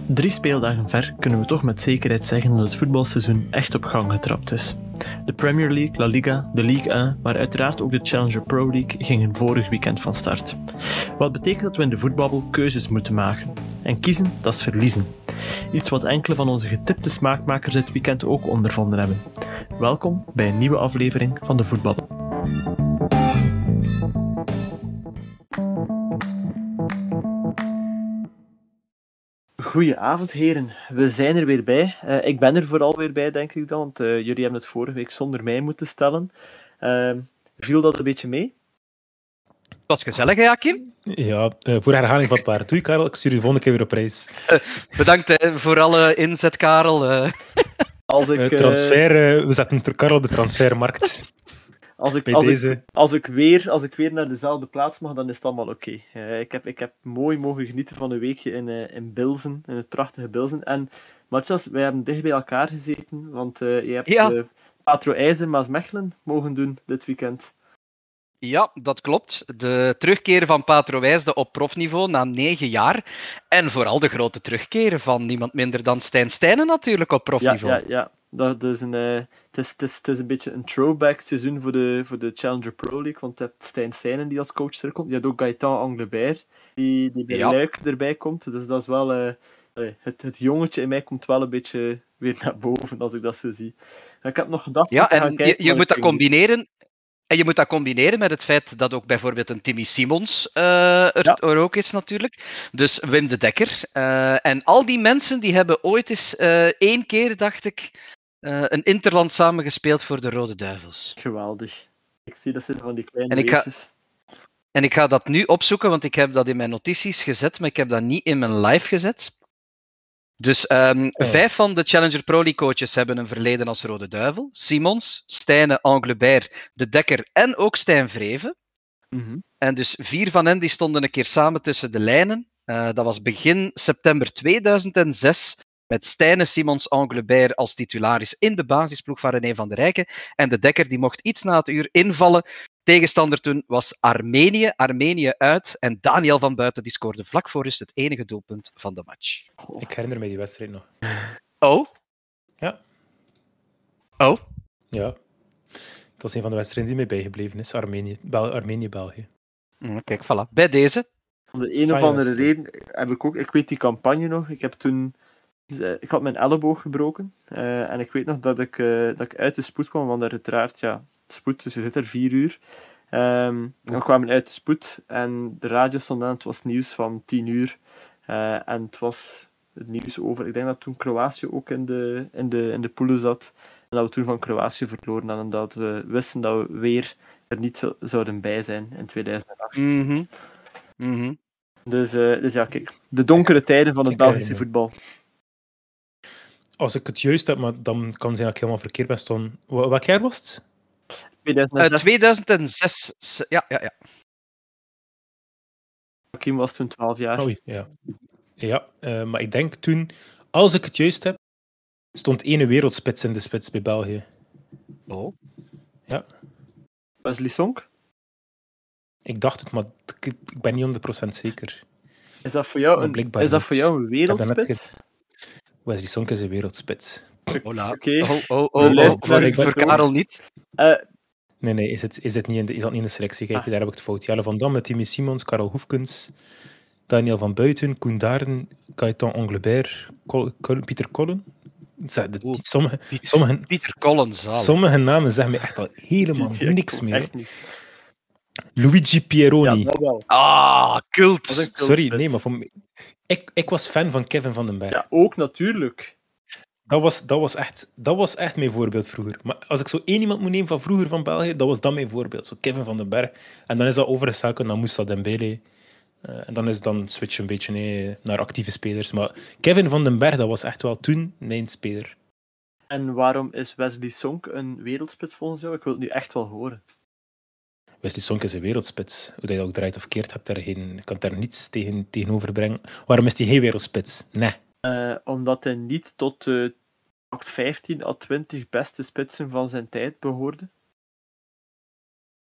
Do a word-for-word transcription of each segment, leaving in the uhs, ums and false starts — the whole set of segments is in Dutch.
Drie speeldagen ver kunnen we toch met zekerheid zeggen dat het voetbalseizoen echt op gang getrapt is. De Premier League, La Liga, de Ligue één, maar uiteraard ook de Challenger Pro League gingen vorig weekend van start. Wat betekent dat we in de voetbabbel keuzes moeten maken. En kiezen, dat is verliezen. Iets wat enkele van onze getipte smaakmakers dit weekend ook ondervonden hebben. Welkom bij een nieuwe aflevering van de Voetbabbel. Goedenavond, heren. We zijn er weer bij. Uh, ik ben er vooral weer bij, denk ik dan, want uh, jullie hebben het vorige week zonder mij moeten stellen. Uh, viel dat een beetje mee? Dat was gezellig, hè, Hakim? Ja, uh, voor herhaling van het paar. Doei, Karel. Ik stuur je de volgende keer weer op reis. Uh, bedankt hè, voor alle inzet, Karel. Uh. Als ik, uh, transfer, uh, we zetten Karel op de transfermarkt. Als ik, als, ik, als, ik weer, als ik weer naar dezelfde plaats mag, dan is het allemaal oké. Okay. Uh, ik, heb, ik heb mooi mogen genieten van een weekje in, uh, in Bilzen, in het prachtige Bilzen. En Matthias, wij hebben dicht bij elkaar gezeten, want uh, je hebt ja. uh, Patro IJzer Maasmechelen mogen doen dit weekend. Ja, dat klopt. De terugkeer van Patro Wijsde op profniveau na negen jaar. En vooral de grote terugkeer van niemand minder dan Stijn Stijnen natuurlijk op profniveau. Ja, ja, ja. Dat is een, uh, het, is, het, is, het is een beetje een throwback seizoen voor de, voor de Challenger Pro League, want je hebt Stijn Stijnen die als coach er komt. Je hebt ook Gaëtan Anglebert die, die bij ja. Luik erbij komt. Dus dat is wel... Uh, het, het jongetje in mij komt wel een beetje weer naar boven als ik dat zo zie. En ik heb nog gedacht... Ja, en je, je moet dat combineren... En je moet dat combineren met het feit dat ook bijvoorbeeld een Timmy Simons uh, er, ja. er ook is natuurlijk. Dus Wim de Dekker. Uh, en al die mensen die hebben ooit eens uh, één keer, dacht ik, uh, een interland samengespeeld voor de Rode Duivels. Geweldig. Ik zie dat zitten van die kleine en ik weetjes. Ga, en ik ga dat nu opzoeken, want ik heb dat in mijn notities gezet, maar ik heb dat niet in mijn live gezet. Dus um, oh. vijf van de Challenger Pro League coaches hebben een verleden als Rode Duivel. Simons, Stijnen, Anglebert, De Dekker en ook Stijn Vreven. Mm-hmm. En dus vier van hen die stonden een keer samen tussen de lijnen. Uh, dat was begin september tweeduizend zes met Stijnen, Simons, Anglebert als titularis in de basisploeg van René van der Rijken. En De Dekker die mocht iets na het uur invallen. Tegenstander toen was Armenië, Armenië uit. En Daniel van Buiten die scoorde vlak voor rust het enige doelpunt van de match. Oh. Ik herinner me die wedstrijd nog. Oh? Ja. Oh? Ja. Dat is een van de wedstrijden die mij bijgebleven is. Armenië, Bel- Armenië-België. Mm, kijk, voilà. Bij deze. Om de een of andere reden heb ik ook... Ik weet die campagne nog. Ik heb toen... Ik had mijn elleboog gebroken. Uh, en ik weet nog dat ik, uh, dat ik uit de spoed kwam. Want uiteraard, ja... spoed, dus je zit er vier uur. Um, we kwamen uit de spoed en de radio stond aan, het was nieuws van tien uur. Uh, en het was het nieuws over, ik denk dat toen Kroatië ook in de, in de, in de poelen zat. En dat we toen van Kroatië verloren hadden. En dat we wisten dat we weer er niet zo, zouden bij zijn in tweeduizend acht. Mm-hmm. Mm-hmm. Dus, uh, dus ja, kijk. De donkere tijden van het ik Belgische voetbal. Als ik het juist heb, maar dan kan het zijn dat ik helemaal verkeerd ben staan. Welk jaar was het? tweeduizend zes. Uh, tweeduizend zes, ja, ja, ja. Kim was toen twaalf jaar. Oh, ja, ja uh, maar ik denk toen, als ik het juist heb, stond ene wereldspits in de spits bij België. Oh. Ja. Wesley Sonk? Ik dacht het, maar ik, ik ben niet honderd procent zeker. Is dat voor jou een, is dat voor jou een wereldspits? Ge- Wesley Sonk is een wereldspits. Hola. Oké. Okay. Oh, oh, oh, oh, oh. Voor, voor Karel niet. Uh, Nee, nee, is het, is het niet in de, is dat niet in de selectie? Kijk, ah. daar heb ik het fout. Jelle van Dam, Timmy Simons, Karel Hoefkens, Daniel van Buiten, Koen Daaren, Gaëtan Anglebert, Col- Col- Pieter Collen. Oeh, sommige, Pieter, sommige, Pieter Collen, zalig. Sommige namen zeggen mij echt al helemaal ja, niks meer. Niet. Luigi Pieroni. Ja, wel. Ah, cult. Sorry, nee, maar voor mij, ik, ik was fan van Kevin van den Berg. Ja, ook natuurlijk. Dat was, dat, was echt, dat was echt mijn voorbeeld vroeger. Maar als ik zo één iemand moet nemen van vroeger van België, dat was dat mijn voorbeeld. Zo Kevin van den Berg. En dan is dat overgeschakeld naar Moussa Dembélé. Uh, en dan is dan switch een beetje nee, naar actieve spelers. Maar Kevin van den Berg, dat was echt wel toen mijn speler. En waarom is Wesley Sonk een wereldspits volgens jou? Ik wil het nu echt wel horen. Wesley Sonk is een wereldspits. Hoe dat je ook draait of keert, hebt er geen, kan daar niets tegen, tegenover brengen. Waarom is hij geen wereldspits? Nee. Uh, omdat hij niet tot de uh, vijftien à twintig beste spitsen van zijn tijd behoorde.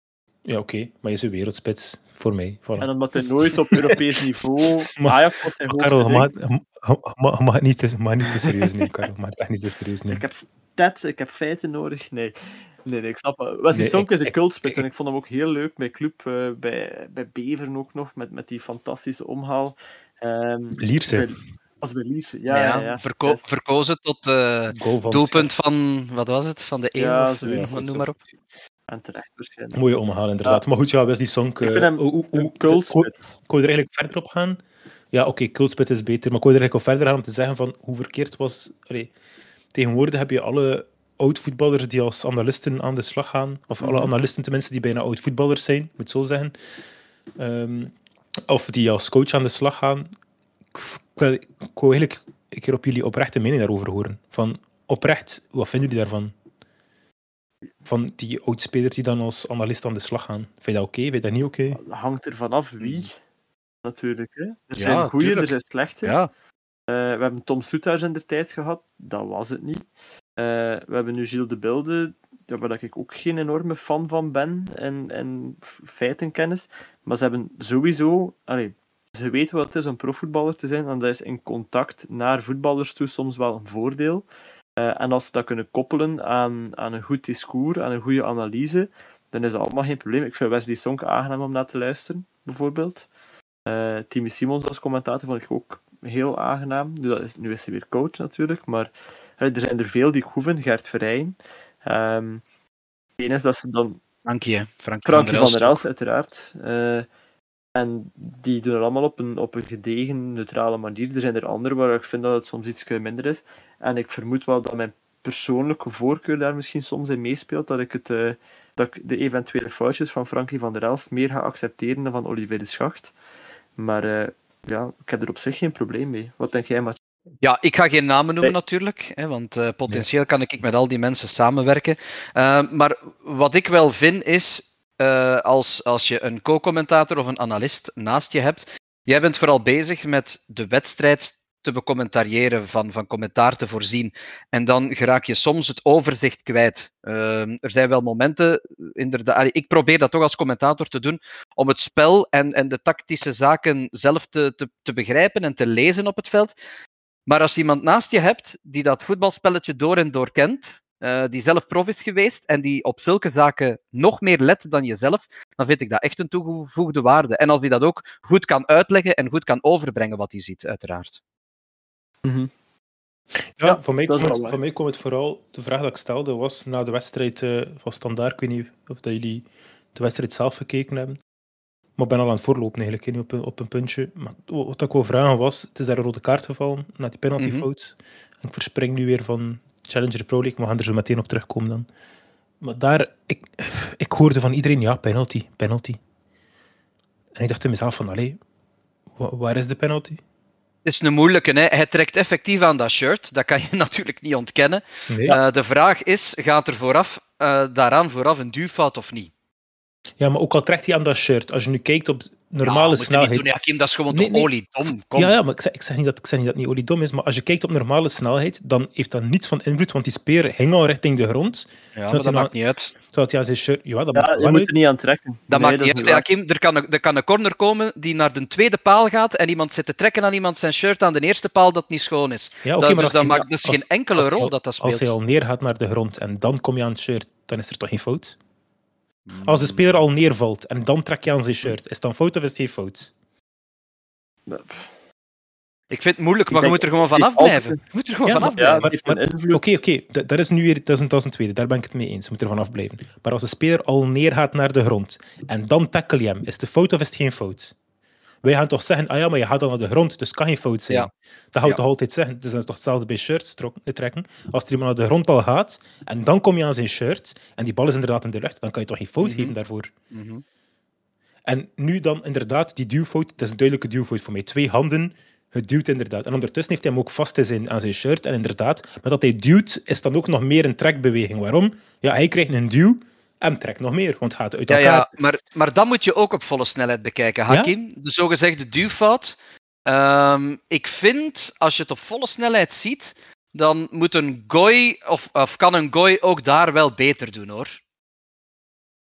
Ja, oké, okay, maar je is een wereldspits voor mij. Voilà. En omdat hij nooit op Europees niveau Ajax was zijn maar hoogste Karel, ding. mag, mag, het niet, mag niet te serieus nemen, Karel. Maar het echt niet te serieus nemen. Ik heb stats, ik heb feiten nodig. Nee, nee, nee ik snap het. Wesley Nee, Sonk ik- is een ik- cultspits ik- en ik vond hem ook heel leuk bij Club, eh, bij, bij Beveren ook nog, met, met die fantastische omhaal. Ehm, Lierse. bij- Als bij Lierse, ja. Ja, ja, ja, verko- juist. verkozen tot eh, Goal van doelpunt van, wat was het, van de eeuw? Ja, of, zoiets. noem- noem maar op. En terecht waarschijnlijk. Mooie omhaal, inderdaad. Ja. Maar goed, ja, Wesley Sonk... Ik eh, vind hem hoe- hoe- een hoe- cultspits. Ik wou er eigenlijk verder op gaan. Ja, oké, okay, cultspit is beter. Maar ik wou er eigenlijk op verder gaan om te zeggen van hoe verkeerd was... Allee, tegenwoordig heb je alle oud-voetballers die als analisten aan de slag gaan. Of alle Mhm. analisten tenminste die bijna oud-voetballers zijn, moet ik zo zeggen. Ehm, of die als coach aan de slag gaan. Ik, ik, wil- ik wou eigenlijk een keer op jullie oprechte mening daarover horen. Van oprecht, wat vinden jullie daarvan? Van die oudspelers die dan als analist aan de slag gaan. Vind je dat oké? Vind je dat niet oké? Dat hangt er vanaf wie, natuurlijk. Hè. Er Ja, zijn goeie, er tuurlijk. zijn slechte. Ja, Eh, we hebben Tom Soetaars in de tijd gehad, dat was het niet. Eh, we hebben nu Gilles de Bilde, ja, waar ik ook geen enorme fan van ben en, en feitenkennis. Maar ze hebben sowieso, allee, ze weten wat het is om profvoetballer te zijn, en dat is in contact naar voetballers toe soms wel een voordeel. Eh, en als ze dat kunnen koppelen aan, aan een goed discours, aan een goede analyse, dan is dat allemaal geen probleem. Ik vind Wesley Sonk aangenaam om naar te luisteren, bijvoorbeeld. Uh, Timmy Simons als commentator vond ik ook heel aangenaam. Nu, dat is, nu is hij weer coach natuurlijk, maar uh, er zijn er veel die ik goed vind. Gert Verheyen. Um, Eén is dat ze dan... Frankie, Frankie, Frankie van der Els. Els, uiteraard. Uh, en die doen het allemaal op een, op een gedegen, neutrale manier. Er zijn er anderen waar ik vind dat het soms iets minder is. En ik vermoed wel dat mijn persoonlijke voorkeur daar misschien soms in meespeelt. Dat ik, het, uh, dat ik de eventuele foutjes van Frankie van der Els meer ga accepteren dan van Olivier de Schacht. Maar uh, ja, ik heb er op zich geen probleem mee. Wat denk jij, Mathieu? Ja, ik ga geen namen noemen Nee. natuurlijk, hè, want uh, potentieel nee. kan ik met al die mensen samenwerken. Uh, maar wat ik wel vind is, uh, als, als je een co-commentator of een analist naast je hebt, jij bent vooral bezig met de wedstrijd te becommentariëren, van, van commentaar te voorzien. En dan geraak je soms het overzicht kwijt. Uh, er zijn wel momenten, inderdaad, ik probeer dat toch als commentator te doen, om het spel en, en de tactische zaken zelf te, te, te begrijpen en te lezen op het veld. Maar als je iemand naast je hebt die dat voetbalspelletje door en door kent, uh, die zelf prof is geweest en die op zulke zaken nog meer let dan jezelf, dan vind ik dat echt een toegevoegde waarde. En als die dat ook goed kan uitleggen en goed kan overbrengen wat hij ziet, uiteraard. Mm-hmm. Ja, ja, van mij, komt het, van mij komt het vooral, de vraag dat ik stelde was na de wedstrijd uh, van Standaard, ik weet niet of dat jullie de wedstrijd zelf gekeken hebben. Maar ik ben al aan het voorlopen eigenlijk, niet op een, op een puntje. Maar wat ik wil vragen was, het is daar een rode kaart gevallen, na die penaltyfout. Mm-hmm. En ik verspring nu weer van Challenger Pro League, maar we gaan er zo meteen op terugkomen dan. Maar daar, ik, ik hoorde van iedereen, ja, penalty, penalty. En ik dacht in mezelf van, allee, waar is de penalty? Het is een moeilijke, hè. Hij trekt effectief aan dat shirt, dat kan je natuurlijk niet ontkennen. Nee. Uh, de vraag is, gaat er vooraf, uh, daaraan vooraf een duwfout of niet? Ja, maar ook al trekt hij aan dat shirt, als je nu kijkt op normale ja, snelheid... Doen, ja, Kim, dat is gewoon nee, toch nee. oliedom. Kom. Ja, ja, maar ik zeg, ik, zeg niet dat, ik zeg niet dat het niet oliedom is, maar als je kijkt op normale snelheid, dan heeft dat niets van invloed, want die speer hing al richting de grond. Ja, maar dat maakt aan, niet uit. Zodat hij aan zijn shirt... Ja, dat ja, maakt je moet er niet aan trekken. Dat nee, maakt dat niet uit, ja, Kim. Er kan, een, er kan een corner komen die naar de tweede paal gaat en iemand zit te trekken aan iemand zijn shirt aan de eerste paal dat niet schoon is. Ja, okay, dat, maar dus dat hij, maakt dus als, geen enkele als rol al, dat dat speelt. Als hij al neergaat naar de grond en dan kom je aan het shirt, dan is er toch geen fout? Als de speler al neervalt en dan trek je aan zijn shirt, is het dan fout of is het geen fout? Ik vind het moeilijk, maar je moet er gewoon vanaf blijven. Je moet er gewoon ja, vanaf maar, blijven. Ja, Oké, oké, okay, dat, dat is nu weer dat is een, dat is een tweede, daar ben ik het mee eens. Je moet er vanaf blijven. Maar als de speler al neergaat naar de grond en dan tackle je hem, is het een fout of is het geen fout? Wij gaan toch zeggen, ah ja, maar je gaat dan naar de grond, dus het kan geen fout zijn. Ja. Dat gaan we ja. toch altijd zeggen. Dus dat is toch hetzelfde bij shirts trekken. Als er iemand naar de grondbal gaat en dan kom je aan zijn shirt en die bal is inderdaad in de lucht, dan kan je toch geen fout mm-hmm. geven daarvoor. Mm-hmm. En nu dan inderdaad, die duwfout, het is een duidelijke duwfout voor mij. Twee handen, het duwt inderdaad. En ondertussen heeft hij hem ook vast in zijn, aan zijn shirt. En inderdaad, met dat hij duwt, is dan ook nog meer een trekbeweging. Waarom? Ja, hij krijgt een duw en trekt nog meer, want het gaat uit elkaar. Ja, ja maar, maar dat moet je ook op volle snelheid bekijken, Hakim. Ja? De zogezegde duwfout. Um, ik vind, als je het op volle snelheid ziet, dan moet een gooi, of, of kan een gooi ook daar wel beter doen, hoor.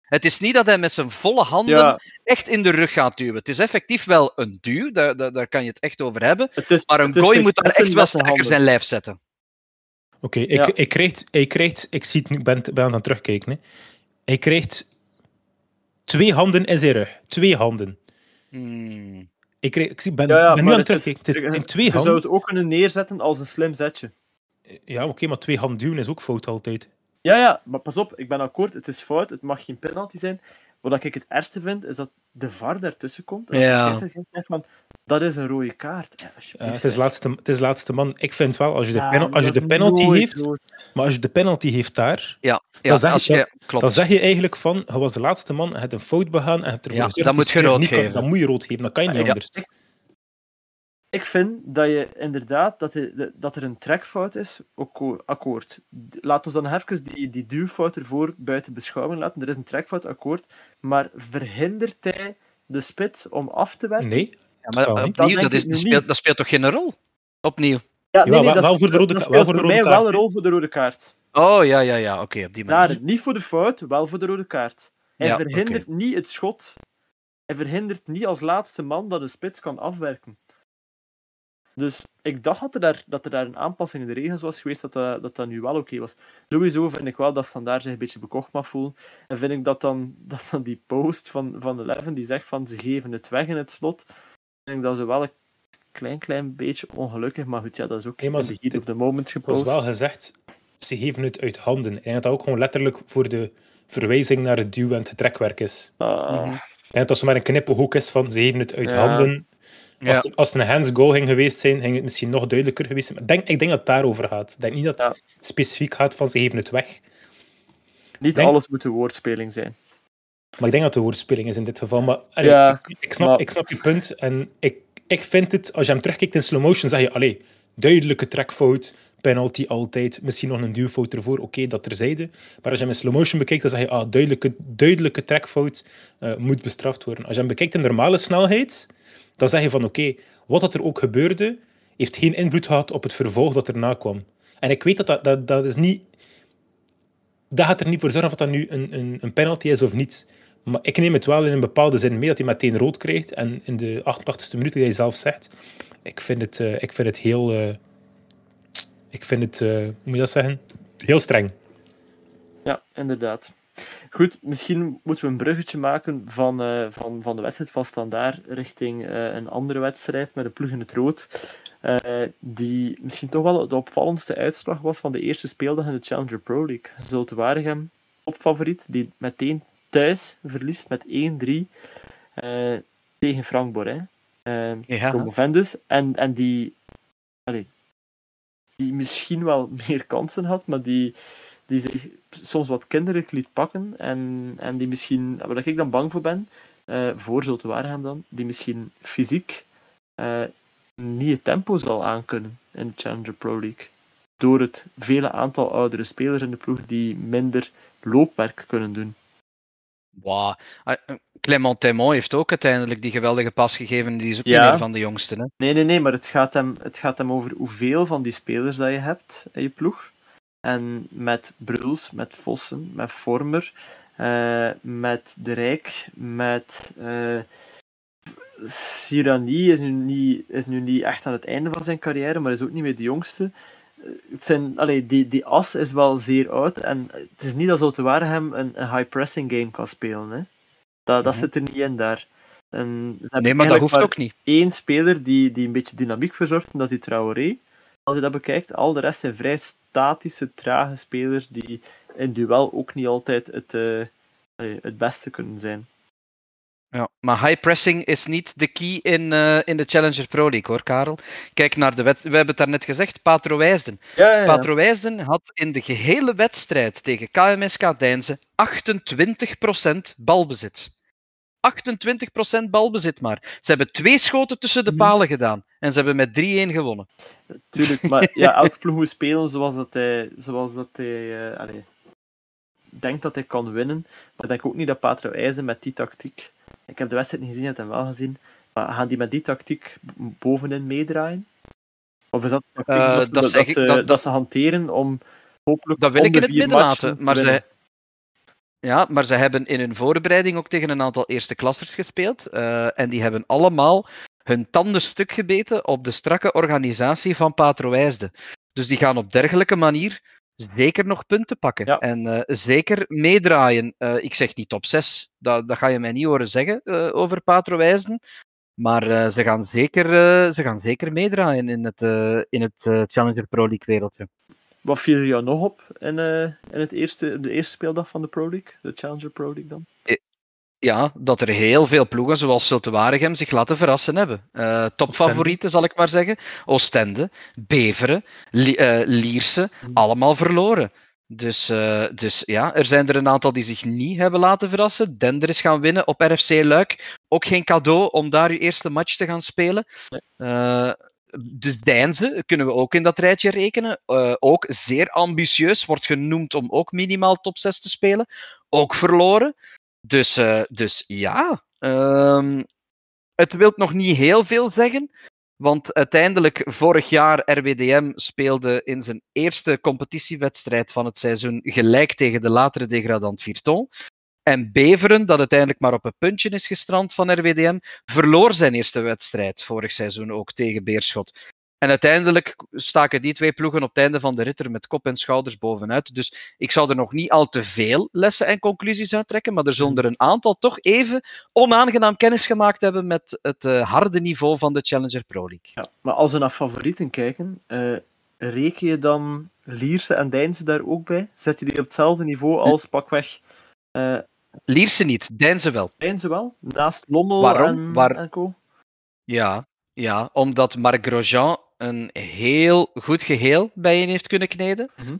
Het is niet dat hij met zijn volle handen Ja, echt in de rug gaat duwen. Het is effectief wel een duw, daar, daar, daar kan je het echt over hebben. het is, Maar een het is gooi zich moet daar zetten echt wel met de sterker handen. zijn lijf zetten. Oké, ik, Ja. ik krijg, hij krijgt, ik zie het nu, ik ben, ben aan het terugkijken. Hè. Hij krijgt twee handen in zijn rug. Twee handen. Hmm. Ik, krijg, ik zie- ben, Ja, ja, ben nu maar aan het het is, terugkijken. Het is- het zijn je, twee je zou handen. het ook kunnen neerzetten als een slim zetje. Ja, oké, maar twee handen duwen is ook fout altijd. Ja, ja, maar pas op, ik ben akkoord, het is fout, het mag geen penalty zijn. Wat ik het ergste vind, is dat de V A R daartussen komt en dat Ja. de scheidsrechter zegt van, dat is een rode kaart. Ja, Ja, alsjeblieft, het, is zeg. laatste, het is laatste man. Ik vind wel, als je de, Ja, penal- als je dat de is penalty nooit heeft, rood. maar als je de penalty heeft daar, Ja, ja Dan zeg als je- je, klopt. dan zeg je eigenlijk van, je was de laatste man, je hebt een fout begaan en je hebt ervoor Ja, gezorgd dan dat moet die je speler rood niet kan- geven. Dan moet je rood geven, dat kan je niet Ja. anders. Ik, ik vind dat je inderdaad, dat, je, dat er een trekfout is, ook akkoord. Laat ons dan even die, die duwfout ervoor buiten beschouwing laten. Er is een trekfout, akkoord. Maar verhindert hij de spits om af te werken? Nee, Ja, maar totaal niet. opnieuw, Dat dat, denk is, ik nu dat, speelt, niet. dat speelt toch geen rol? Opnieuw. Ja, Jawel, wel- wel voor de rode dat ka- wel speelt voor de voor rode mij kaart, wel een hè. rol voor de rode kaart. Oh, ja, ja, ja. Oké, op die manier. Daar, niet voor de fout, wel voor de rode kaart. Hij Ja, verhindert niet het schot. Hij verhindert niet als laatste man dat een spits kan afwerken. Dus ik dacht dat er daar, dat er daar een aanpassing in de regels was geweest, dat dat, dat, dat nu wel oké was. Sowieso vind ik wel dat Standaard zich een beetje bekocht mag voelen. En vind ik dat dan, dat dan die post van, van Eleven, die zegt van ze geven het weg in het slot, vind ik dat ze wel een klein, klein beetje ongelukkig. Maar goed, ja, dat is ook Nee, maar in de ze- heat of the moment Het was gepost. wel gezegd, ze geven het uit handen. En dat dat ook gewoon letterlijk voor de verwijzing naar het duw- en het trekwerk is. Ah, Mhm. En dat als er maar een knipoog is van, ze geven het uit Ja. handen. Ja. Als, het, als het een hands-go ging geweest zijn, ging het misschien nog duidelijker geweest zijn. Maar ik denk, ik denk dat het daarover gaat. Ik denk niet dat het specifiek gaat van, ze geven het weg. niet denk- alles moet een woordspeling zijn. Maar ik denk dat het een woordspeling is in dit geval. Maar allee, Ja, ik, ik, snap, maar- ik snap je punt. En ik, ik vind het, als je hem terugkijkt in slow motion, zeg je, allee, duidelijke trekfout, penalty altijd, misschien nog een duwfout ervoor, oké, dat terzijde. Maar als je hem in slow motion bekijkt, dan zeg je, ah, duidelijke, duidelijke trekfout uh, moet bestraft worden. Als je hem bekijkt in normale snelheid, dan zeg je van, oké, wat dat er ook gebeurde, heeft geen invloed gehad op het vervolg dat erna kwam. En ik weet dat dat, dat, dat is niet... Dat gaat er niet voor zorgen of dat nu een, een, een penalty is of niet. Maar ik neem het wel in een bepaalde zin mee dat hij meteen rood krijgt. En in de achtentachtigste minuut, die hij zelf zegt, ik vind het, uh, ik vind het heel... Uh, ik vind het, uh, hoe moet je dat zeggen? Heel streng. Ja, inderdaad. Goed, misschien moeten we een bruggetje maken van, uh, van, van de wedstrijd van Standaard richting uh, een andere wedstrijd met de ploeg in het rood. Uh, die misschien toch wel de opvallendste uitslag was van de eerste speeldag in de Challenger Pro League. Zulte Waregem, topfavoriet, die meteen thuis verliest met één drie uh, tegen Frank Borin. Uh, ja. Promovendus. En, en die, allez, die misschien wel meer kansen had, maar die, die zich soms wat kinderlijk liet pakken. En, en die misschien, waar ik dan bang voor ben, uh, voor Zulte Waregem dan, die misschien fysiek uh, niet het tempo zal aankunnen in de Challenger Pro League. Door het vele aantal oudere spelers in de ploeg die minder loopwerk kunnen doen. Wow. Clement Taimont heeft ook uiteindelijk die geweldige pas gegeven. Die is ook ja. niet meer van de jongsten. Hè? Nee, nee, nee, maar het gaat, hem, het gaat hem over hoeveel van die spelers dat je hebt in je ploeg. En met Bruls, met Vossen, met Vormer, uh, met De Rijk, met... Uh, Sirani is nu, niet, is nu niet echt aan het einde van zijn carrière, maar is ook niet meer de jongste. Het zijn, allee, die, die as is wel zeer oud en het is niet dat Zulte Waregem een, een high-pressing game kan spelen. Hè. Dat, dat mm-hmm. zit er niet in daar. En ze nee, maar dat hoeft maar ook niet. Eén speler die, die een beetje dynamiek verzorgt, en dat is die Traoré. Als je dat bekijkt, al de rest zijn vrij statische, trage spelers die in duel ook niet altijd het, uh, allee, het beste kunnen zijn. Ja, maar high pressing is niet de key in, uh, in de Challenger Pro League, hoor, Karel. Kijk naar de wedstrijd. We hebben het daarnet gezegd, Patro Wijsden. Ja, ja, ja. Patro Wijsden had in de gehele wedstrijd tegen K M S K Deinze achtentwintig procent balbezit. achtentwintig procent balbezit maar. Ze hebben twee schoten tussen de palen gedaan. En ze hebben met drie-een gewonnen. Tuurlijk, maar ja, elke ploeg moet spelen zoals dat hij... Zoals dat hij uh, allez, denkt dat hij kan winnen. Maar ik denk ook niet dat Patro Wijsden met die tactiek... Ik heb de wedstrijd niet gezien, ik heb hem wel gezien. Maar gaan die met die tactiek bovenin meedraaien? Of is dat de tactiek uh, dat, ze, dat, dat, ze, dat, dat ze hanteren om hopelijk... Dat wil om ik in het midden laten. Maar zij, ja, maar ze hebben in hun voorbereiding ook tegen een aantal eerste klassers gespeeld. Uh, en die hebben allemaal hun tanden stuk gebeten op de strakke organisatie van Patro Wijsde. Dus die gaan op dergelijke manier zeker nog punten pakken. Ja. En uh, zeker meedraaien. Uh, ik zeg niet top zes, dat, dat ga je mij niet horen zeggen uh, over Patro Wijsden. Maar uh, ze, gaan zeker, uh, ze gaan zeker meedraaien in het, uh, in het uh, Challenger Pro League wereldje. Wat viel er jou nog op in, uh, in het eerste, de eerste speeldag van de Pro League? De Challenger Pro League dan? Ja, dat er heel veel ploegen zoals Zulte Waregem zich laten verrassen hebben. Uh, topfavorieten, zal ik maar zeggen. Oostende, Beveren, Li- uh, Lierse, mm. allemaal verloren. Dus, uh, dus ja, er zijn er een aantal die zich niet hebben laten verrassen. Dender is gaan winnen op R F C Luik. Ook geen cadeau om daar uw eerste match te gaan spelen. Uh, de Deinze kunnen we ook in dat rijtje rekenen. Uh, ook zeer ambitieus, wordt genoemd om ook minimaal top zes te spelen. Ook verloren. Dus, uh, dus ja, um, het wil nog niet heel veel zeggen. Want uiteindelijk, vorig jaar, R W D M speelde in zijn eerste competitiewedstrijd van het seizoen gelijk tegen de latere degradant Virton. En Beveren, dat uiteindelijk maar op een puntje is gestrand van R W D M, verloor zijn eerste wedstrijd vorig seizoen ook tegen Beerschot. En uiteindelijk staken die twee ploegen op het einde van de rit er met kop en schouders bovenuit. Dus ik zou er nog niet al te veel lessen en conclusies uit trekken, maar er zullen er een aantal toch even onaangenaam kennis gemaakt hebben met het uh, harde niveau van de Challenger Pro League. Ja, maar als we naar favorieten kijken, uh, reken je dan Lierse en Deinze daar ook bij? Zet je die op hetzelfde niveau als pakweg... Uh, Lierse niet, Deinze wel. Deinze wel? Naast Lommel Waarom? en, Waar... en co? Ja, ja, omdat Marc Grosjean een heel goed geheel bijeen heeft kunnen kneden. Mm-hmm.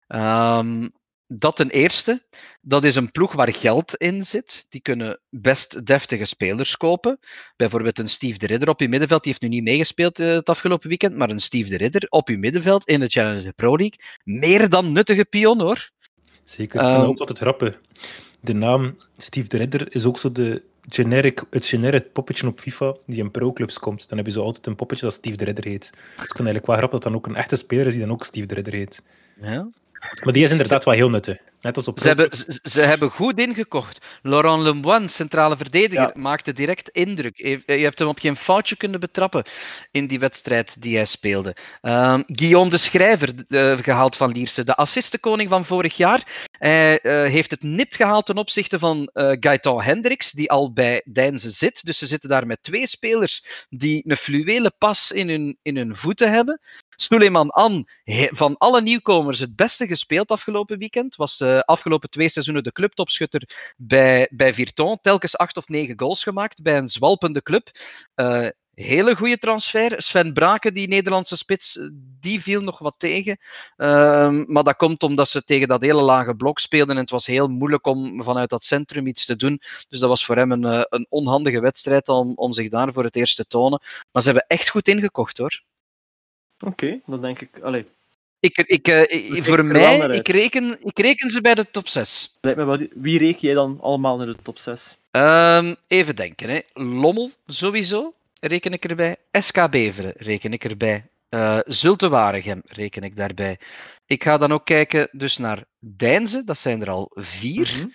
Um, dat ten eerste. Dat is een ploeg waar geld in zit. Die kunnen best deftige spelers kopen. Bijvoorbeeld een Steve de Ridder op je middenveld. Die heeft nu niet meegespeeld uh, het afgelopen weekend. Maar een Steve de Ridder op je middenveld in de Challenger Pro League. Meer dan nuttige pion, hoor. Zeker. Ik vind um, ook altijd grappig. De naam Steve de Ridder is ook zo de generic, het generic poppetje op FIFA die in pro-clubs komt. Dan heb je zo altijd een poppetje dat Steve de Ridder heet. Dus ik vind eigenlijk wel grappig dat dan ook een echte speler is die dan ook Steve de Ridder heet. Ja. Maar die is inderdaad wel heel nuttig. Net als op ze, hebben, ze, ze hebben goed ingekocht. Laurent Lemoine, centrale verdediger, ja. maakte direct indruk. Je, je hebt hem op geen foutje kunnen betrappen in die wedstrijd die hij speelde. Um, Guillaume de Schrijver, uh, gehaald van Lierse, de assistenkoning van vorig jaar. Hij uh, heeft het nipt gehaald ten opzichte van uh, Gaëtan Hendricks, die al bij Deinze zit. Dus ze zitten daar met twee spelers die een fluwele pas in hun, in hun voeten hebben. Suleiman An, van alle nieuwkomers het beste gespeeld afgelopen weekend. Was uh, afgelopen twee seizoenen de clubtopschutter bij, bij Virton. Telkens acht of negen goals gemaakt bij een zwalpende club. Uh, hele goede transfer. Sven Braken, die Nederlandse spits, die viel nog wat tegen. Uh, maar dat komt omdat ze tegen dat hele lage blok speelden. En het was heel moeilijk om vanuit dat centrum iets te doen. Dus dat was voor hem een, een onhandige wedstrijd om, om zich daar voor het eerst te tonen. Maar ze hebben echt goed ingekocht, hoor. Oké, okay, dan denk ik... Allee. Ik, ik, uh, ik, voor mij, ik reken, ik reken ze bij de top zes. Lijkt me wel, wie reken jij dan allemaal naar de top zes? Um, even denken. Hè. Lommel, sowieso, reken ik erbij. S K Beveren, reken ik erbij. Uh, Zulte Waregem, reken ik daarbij. Ik ga dan ook kijken dus naar Deinze, dat zijn er al vier. Mm-hmm.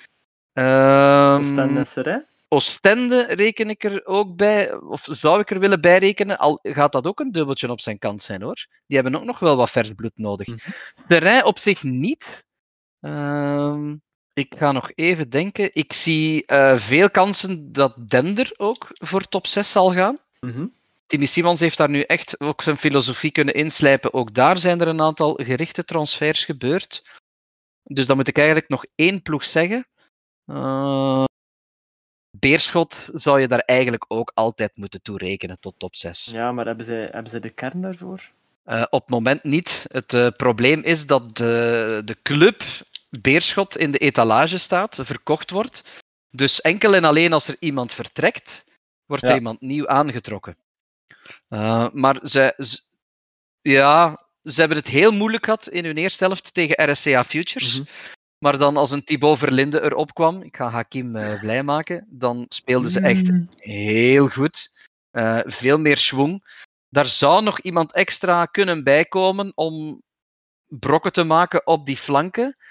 Um, Oostende en Serijn. Oostende reken ik er ook bij, of zou ik er willen bijrekenen, al gaat dat ook een dubbeltje op zijn kant zijn, hoor. Die hebben ook nog wel wat vers bloed nodig. Mm-hmm. Serijn op zich niet. Um, ik ga nog even denken. Ik zie uh, veel kansen dat Dender ook voor top zes zal gaan. Mm-hmm. Timmy Simons heeft daar nu echt ook zijn filosofie kunnen inslijpen. Ook daar zijn er een aantal gerichte transfers gebeurd. Dus dan moet ik eigenlijk nog één ploeg zeggen. Uh, Beerschot zou je daar eigenlijk ook altijd moeten toerekenen tot top zes. Ja, maar hebben zij, hebben zij de kern daarvoor? Uh, op het moment niet. Het uh, probleem is dat de, de club Beerschot in de etalage staat, verkocht wordt. Dus enkel en alleen als er iemand vertrekt, wordt ja. er iemand nieuw aangetrokken. Uh, maar ze, ze, ja, ze hebben het heel moeilijk gehad in hun eerste helft tegen R S C A Futures. Mm-hmm. Maar dan als een Thibaut Verlinde erop kwam, ik ga Hakim uh, blij maken, dan speelden ze echt heel goed. Uh, veel meer schwung. Daar zou nog iemand extra kunnen bijkomen om brokken te maken op die flanken.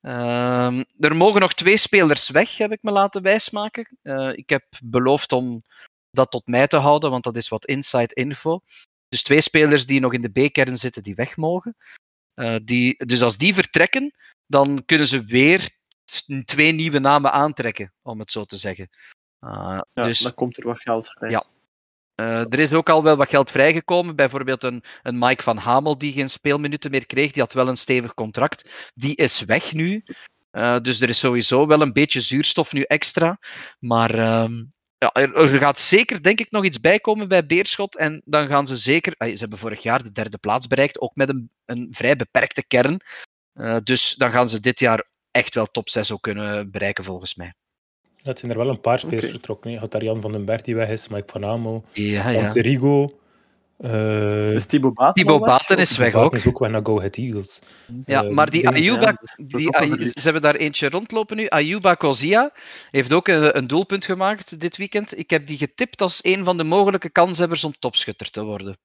Um, er mogen nog twee spelers weg, heb ik me laten wijsmaken. Uh, ik heb beloofd om dat tot mij te houden, want dat is wat inside info. Dus twee spelers die nog in de B-kern zitten, die weg mogen. Uh, die, dus als die vertrekken, dan kunnen ze weer twee nieuwe namen aantrekken, om het zo te zeggen. Uh, ja, dus, dan komt er wat geld vrij. Ja. Uh, er is ook al wel wat geld vrijgekomen. Bijvoorbeeld een, een Mike van Hamel die geen speelminuten meer kreeg. Die had wel een stevig contract. Die is weg nu. Uh, dus er is sowieso wel een beetje zuurstof nu extra. Maar uh, ja, er, er gaat zeker denk ik nog iets bijkomen bij Beerschot. En dan gaan ze zeker... Uh, ze hebben vorig jaar de derde plaats bereikt. Ook met een, een vrij beperkte kern. Uh, dus dan gaan ze dit jaar echt wel top zes ook kunnen bereiken volgens mij. Ja, het zijn er wel een paar spelers okay. vertrokken. Je had daar Jan van den Berg die weg is, Mike van Amo, ja, ja. Anterigo. Uh, dus Thibaut Baten, Thibaut Baten is weg ook. is ook weg naar Go Ahead Eagles. Ja, uh, maar die Ayuba, die Ayuba, ze hebben daar eentje rondlopen nu. Ayuba Kozia heeft ook een, een doelpunt gemaakt dit weekend. Ik heb die getipt als een van de mogelijke kanshebbers om topschutter te worden.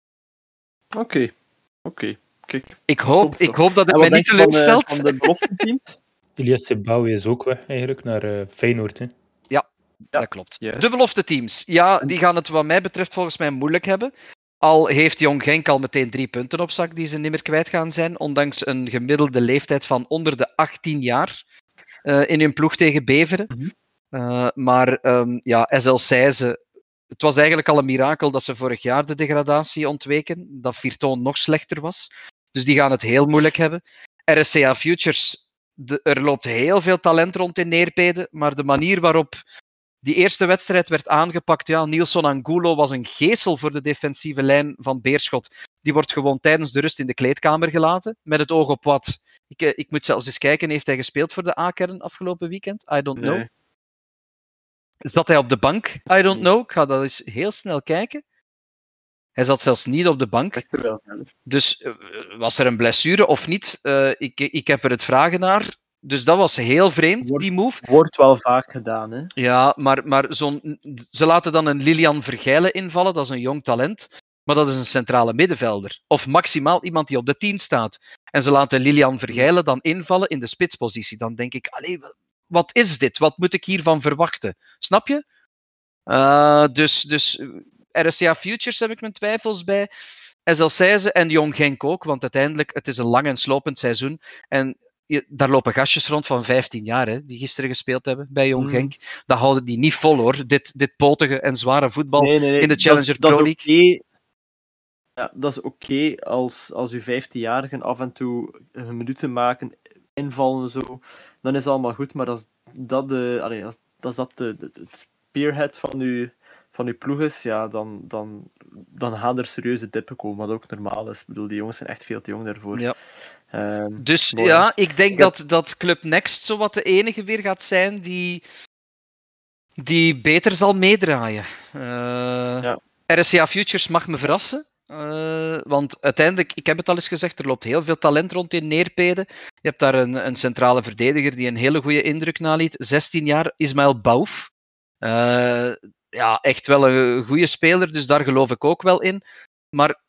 Oké, okay. oké. Okay. Kijk. Ik hoop, ik hoop dat het mij niet teleurstelt. Van, uh, van de belofte teams? Elias Sebaoui is ook weg eigenlijk naar uh, Feyenoord. Hè? Ja, ja, dat klopt. Juist. De belofte teams. Ja, die gaan het wat mij betreft volgens mij moeilijk hebben. Al heeft Jong Genk al meteen drie punten op zak die ze niet meer kwijt gaan zijn. Ondanks een gemiddelde leeftijd van onder de achttien jaar uh, in hun ploeg tegen Beveren. Mm-hmm. Uh, maar um, ja, S L Seize... Het was eigenlijk al een mirakel dat ze vorig jaar de degradatie ontweken. Dat Virton nog slechter was. Dus die gaan het heel moeilijk hebben. R S C A Futures... De, er loopt heel veel talent rond in Neerpede, maar de manier waarop die eerste wedstrijd werd aangepakt, ja, Nilson Angulo was een geesel voor de defensieve lijn van Beerschot. Die wordt gewoon tijdens de rust in de kleedkamer gelaten, met het oog op wat. Ik, ik moet zelfs eens kijken, heeft hij gespeeld voor de A-kern afgelopen weekend? I don't know. Nee. Zat hij op de bank? I don't know. Ik ga dat eens heel snel kijken. Hij zat zelfs niet op de bank. Wel, ja. Dus uh, was er een blessure of niet? Uh, ik, ik heb er het vragen naar. Dus dat was heel vreemd, wordt, die move. Wordt wel vaak gedaan, hè? Ja, maar, maar zo'n, ze laten dan een Lilian Vergijlen invallen. Dat is een jong talent. Maar dat is een centrale middenvelder. Of maximaal iemand die op de tien staat. En ze laten Lilian Vergijlen dan invallen in de spitspositie. Dan denk ik, allee, wat is dit? Wat moet ik hiervan verwachten? Snap je? Uh, dus... dus R S C A Futures heb ik mijn twijfels bij. S L Seize en Jong Genk ook, want uiteindelijk het is een lang en slopend seizoen. En je, daar lopen gastjes rond van vijftien jaar, hè, die gisteren gespeeld hebben bij Jong mm. Genk. Dat houden die niet vol, hoor. Dit, dit potige en zware voetbal nee, nee, nee. in de Challenger dat is, Pro dat League. Is okay. Ja, dat is oké okay als, als uw vijftienjarigen af en toe een minuten maken, invallen en zo. Dan is het allemaal goed, maar als dat, de, allee, als, als dat de, de, het spearhead van uw van uw ploeg is, ja, dan, dan, dan gaan er serieuze dippen komen, wat ook normaal is. Ik bedoel, die jongens zijn echt veel te jong daarvoor. Ja. Um, dus mooi. ja, ik denk ja. dat, dat Club Next zo wat de enige weer gaat zijn die, die beter zal meedraaien. Uh, ja. R S C A Futures mag me verrassen. Uh, want uiteindelijk, ik heb het al eens gezegd, er loopt heel veel talent rond in Neerpede. Je hebt daar een, een centrale verdediger die een hele goede indruk naliet. zestien jaar, Ismaël Baouf. Uh, Ja, echt wel een goede speler, dus daar geloof ik ook wel in. Maar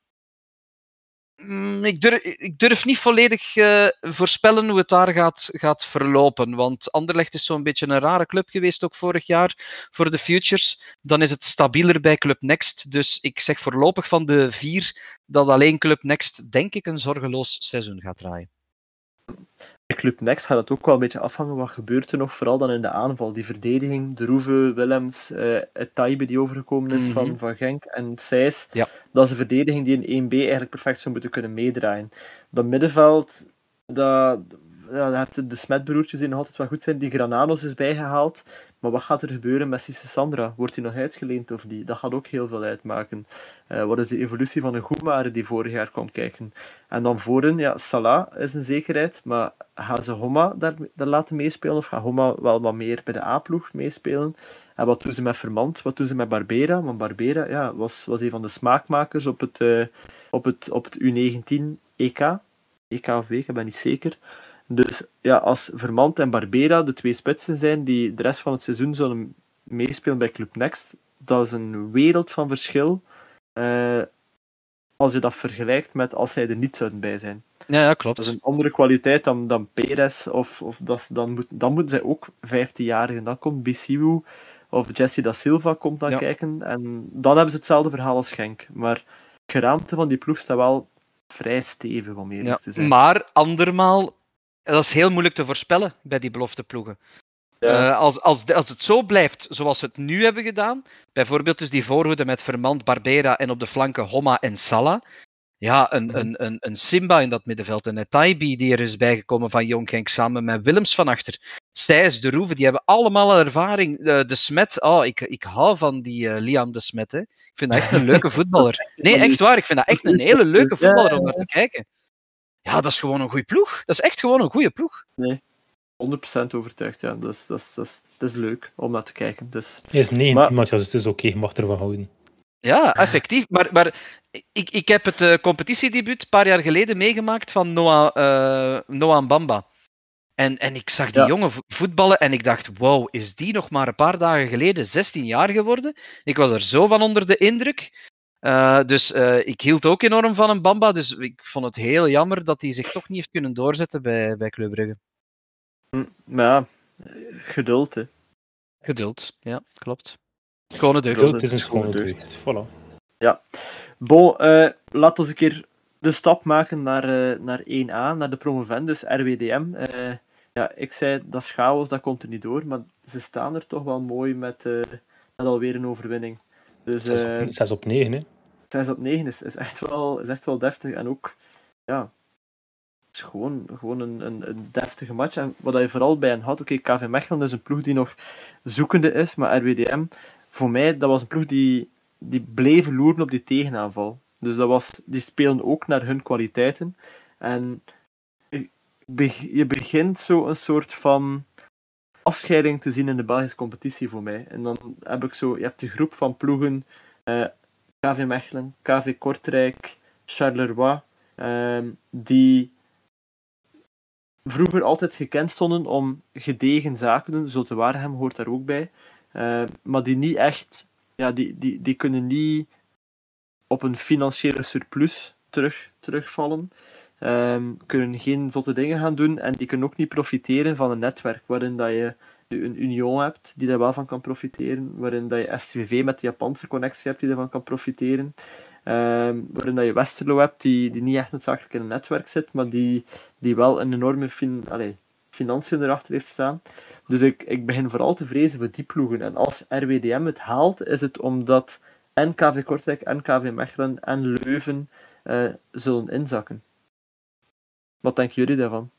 mm, ik, durf, ik durf niet volledig uh, voorspellen hoe het daar gaat, gaat verlopen. Want Anderlecht is zo'n beetje een rare club geweest, ook vorig jaar, voor de Futures. Dan is het stabieler bij Club Next. Dus ik zeg voorlopig van de vier dat alleen Club Next, denk ik, een zorgeloos seizoen gaat draaien. Bij Club Next gaat het ook wel een beetje afhangen wat gebeurt er nog, vooral dan in de aanval. Die verdediging, de Roeve, Willems, uh, Taibe die overgekomen is mm-hmm. van, van Genk en Seis. Ja. Dat is een verdediging die in één B eigenlijk perfect zou moeten kunnen meedraaien. Dat middenveld, dat, ja, daar heb je de Smetbroertjes die nog altijd wel goed zijn. Die Granados is bijgehaald. Maar wat gaat er gebeuren met Cisse Sandra? Wordt hij nog uitgeleend of niet? Dat gaat ook heel veel uitmaken. Uh, wat is de evolutie van een Goemare die vorig jaar kwam kijken? En dan voorin, ja, Salah is een zekerheid. Maar gaan ze Homma daar, daar laten meespelen? Of gaat Homma wel wat meer bij de A-ploeg meespelen? En wat doen ze met Vermand? Wat doen ze met Barbera? Want Barbera ja, was, was een van de smaakmakers op het, uh, op het, op het U negentien E K. E K of W, ik ben niet zeker. Dus ja, als Vermand en Barbera de twee spitsen zijn die de rest van het seizoen zullen meespelen bij Club Next, dat is een wereld van verschil uh, als je dat vergelijkt met als zij er niet zouden bij zijn. Ja, ja, klopt. Dat is een andere kwaliteit dan, dan Perez, of, of dat, dan, moet, dan moeten zij ook vijftienjarigen. Dan komt Bisiu of Jesse da Silva komt dan Ja. kijken, en dan hebben ze hetzelfde verhaal als Genk. Maar het geraamte van die ploeg staat wel vrij stevig, om eerlijk Ja. te zijn. Maar andermaal, dat is heel moeilijk te voorspellen bij die belofteploegen. Ja. Uh, als, als, de- als het zo blijft zoals we het nu hebben gedaan, bijvoorbeeld dus die voorhoede met Vermand, Barbera en op de flanken Homma en Salah, ja, een, Mhm. een, een, een Simba in dat middenveld, een Taibi die er is bijgekomen van Jong Genk samen met Willems van achter, Stijs, De Roeven, die hebben allemaal ervaring. Uh, de Smet, oh, ik, ik hou van die uh, Liam De Smet, hè. Ik vind dat echt een leuke voetballer. Nee, echt waar, ik vind dat echt een hele leuke voetballer om naar te kijken. Ja, dat is gewoon een goede ploeg. Dat is echt gewoon een goede ploeg. Nee. honderd procent overtuigd, ja. Dat is, dat, is, dat, is, dat is leuk om naar te kijken. Dus... Hij is negentien, Maar- Matthias, dus het is oké, je mag ervan houden. Ja, effectief. Maar, maar ik, ik heb het uh, competitiedebuut een paar jaar geleden meegemaakt van Noah, uh, Noah Mbamba. En, en ik zag die Ja. jongen vo- voetballen en ik dacht, wow, is die nog maar een paar dagen geleden zestien jaar geworden? Ik was er zo van onder de indruk. Uh, dus uh, ik hield ook enorm van een Bamba, dus ik vond het heel jammer dat hij zich toch niet heeft kunnen doorzetten bij, bij Club Brugge. Hm, Maar ja, geduld, hè. Geduld, ja, klopt. Schone deugd. Geduld. Het is een schone schone deugd. Voilà. Bon, eh laten we eens een keer de stap maken naar, uh, naar één A, naar de promovendus, R W D M. Uh, ja, ik zei, dat is chaos, dat komt er niet door, maar ze staan er toch wel mooi met, uh, met alweer een overwinning. Dus, zes uh, op, zes op negen, hè. zes op negen is, is, echt wel, is echt wel deftig. En ook, ja, het is gewoon, gewoon een, een, een deftige match. En wat je vooral bij hen had, oké, okay, K V Mechelen is een ploeg die nog zoekende is, maar R W D M, voor mij, dat was een ploeg die, die bleef loeren op die tegenaanval. Dus dat was, die spelen ook naar hun kwaliteiten. En je begint zo een soort van afscheiding te zien in de Belgische competitie voor mij. En dan heb ik zo, je hebt de groep van ploegen, uh, K V Mechelen, K V Kortrijk, Charleroi, uh, die vroeger altijd gekend stonden om gedegen zaken te doen. Zulte Waregem hoort daar ook bij. Uh, maar die niet echt, ja, die, die, die kunnen niet op een financiële surplus terug, terugvallen. Um, kunnen geen zotte dingen gaan doen en die kunnen ook niet profiteren van een netwerk waarin dat je een Union hebt die daar wel van kan profiteren, waarin dat je S T V V met de Japanse connectie hebt die daarvan kan profiteren, um, waarin dat je Westerlo hebt die, die niet echt noodzakelijk in een netwerk zit, maar die, die wel een enorme fin, allez, financiën erachter heeft staan. Dus ik, ik begin vooral te vrezen voor die ploegen. En als R W D M het haalt, is het omdat en K V Kortrijk en K V Mechelen en Leuven uh, zullen inzakken. Wat denken jullie daarvan?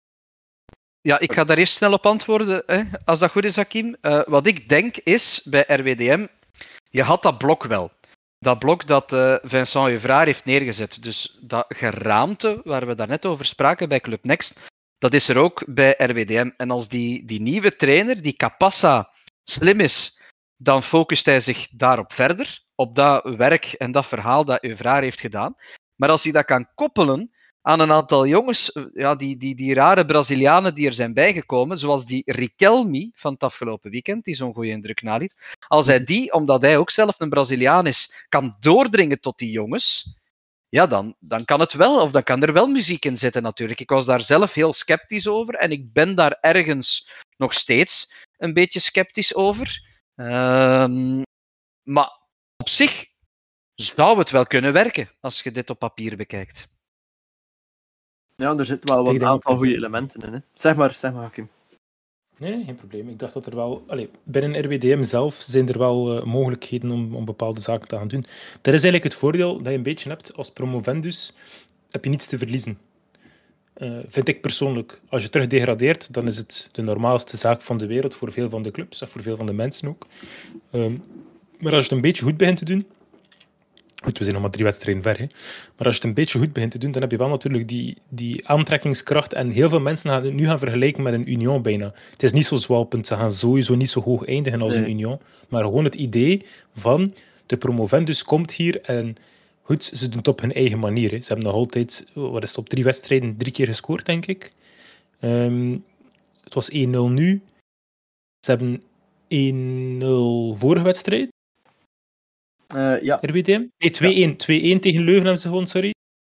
Ja, ik ga daar eerst snel op antwoorden, hè, als dat goed is, Hakim. Uh, wat ik denk is, bij R W D M, je had dat blok wel. Dat blok dat uh, Vincent Euvraar heeft neergezet. Dus dat geraamte, waar we daarnet over spraken bij Club Next, dat is er ook bij R W D M. En als die, die nieuwe trainer, die Capassa, slim is, dan focust hij zich daarop verder, op dat werk en dat verhaal dat Euvraar heeft gedaan. Maar als hij dat kan koppelen aan een aantal jongens, ja, die, die, die rare Brazilianen die er zijn bijgekomen, zoals die Riquelme van het afgelopen weekend, die zo'n goede indruk naliet. Als hij die, omdat hij ook zelf een Braziliaan is, kan doordringen tot die jongens, ja, dan, dan kan het wel, of dan kan er wel muziek in zitten natuurlijk. Ik was daar zelf heel sceptisch over en ik ben daar ergens nog steeds een beetje sceptisch over. Um, maar op zich zou het wel kunnen werken, als je dit op papier bekijkt. Ja, er zitten wel een aantal goede elementen in. Hè. Zeg maar, zeg maar, Hakim. Nee, nee, geen probleem. Ik dacht dat er wel... Allez, binnen R W D M zelf zijn er wel uh, mogelijkheden om, om bepaalde zaken te gaan doen. Dat is eigenlijk het voordeel dat je een beetje hebt. Als promovendus heb je niets te verliezen. Uh, vind ik persoonlijk. Als je terug degradeert, dan is het de normaalste zaak van de wereld voor veel van de clubs en voor veel van de mensen ook. Um, maar als je het een beetje goed begint te doen... Goed, we zijn nog maar drie wedstrijden ver. Hè. Maar als je het een beetje goed begint te doen, dan heb je wel natuurlijk die, die aantrekkingskracht. En heel veel mensen gaan het nu gaan vergelijken met een Union bijna. Het is niet zo zwalpend. Ze gaan sowieso niet zo hoog eindigen als nee. een Union. Maar gewoon het idee van de promovendus komt hier en goed, ze doen het op hun eigen manier. Hè. Ze hebben nog altijd, wat is het, op drie wedstrijden drie keer gescoord, denk ik. Um, het was één nul nu. Ze hebben één nul vorige wedstrijd. Uh, ja. R W D M? Nee, twee één. Ja. twee één tegen Leuven hebben ze gewonnen, sorry.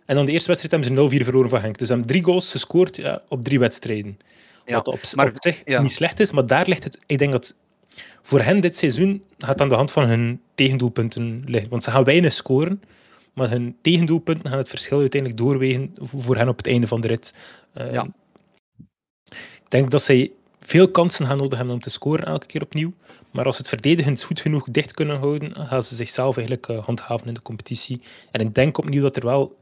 En dan de eerste wedstrijd hebben ze nul vier verloren van Genk. Dus ze hebben drie goals gescoord ja, op drie wedstrijden. Ja, Wat op, maar- op zich ja. niet slecht is, maar daar ligt het... Ik denk dat voor hen dit seizoen gaat aan de hand van hun tegendoelpunten liggen. Want ze gaan weinig scoren, maar hun tegendoelpunten gaan het verschil uiteindelijk doorwegen voor hen op het einde van de rit. Uh, Ja. Ik denk dat zij veel kansen gaan nodig hebben om te scoren elke keer opnieuw. Maar als ze het verdedigend goed genoeg dicht kunnen houden, gaan ze zichzelf eigenlijk uh, handhaven in de competitie. En ik denk opnieuw dat er wel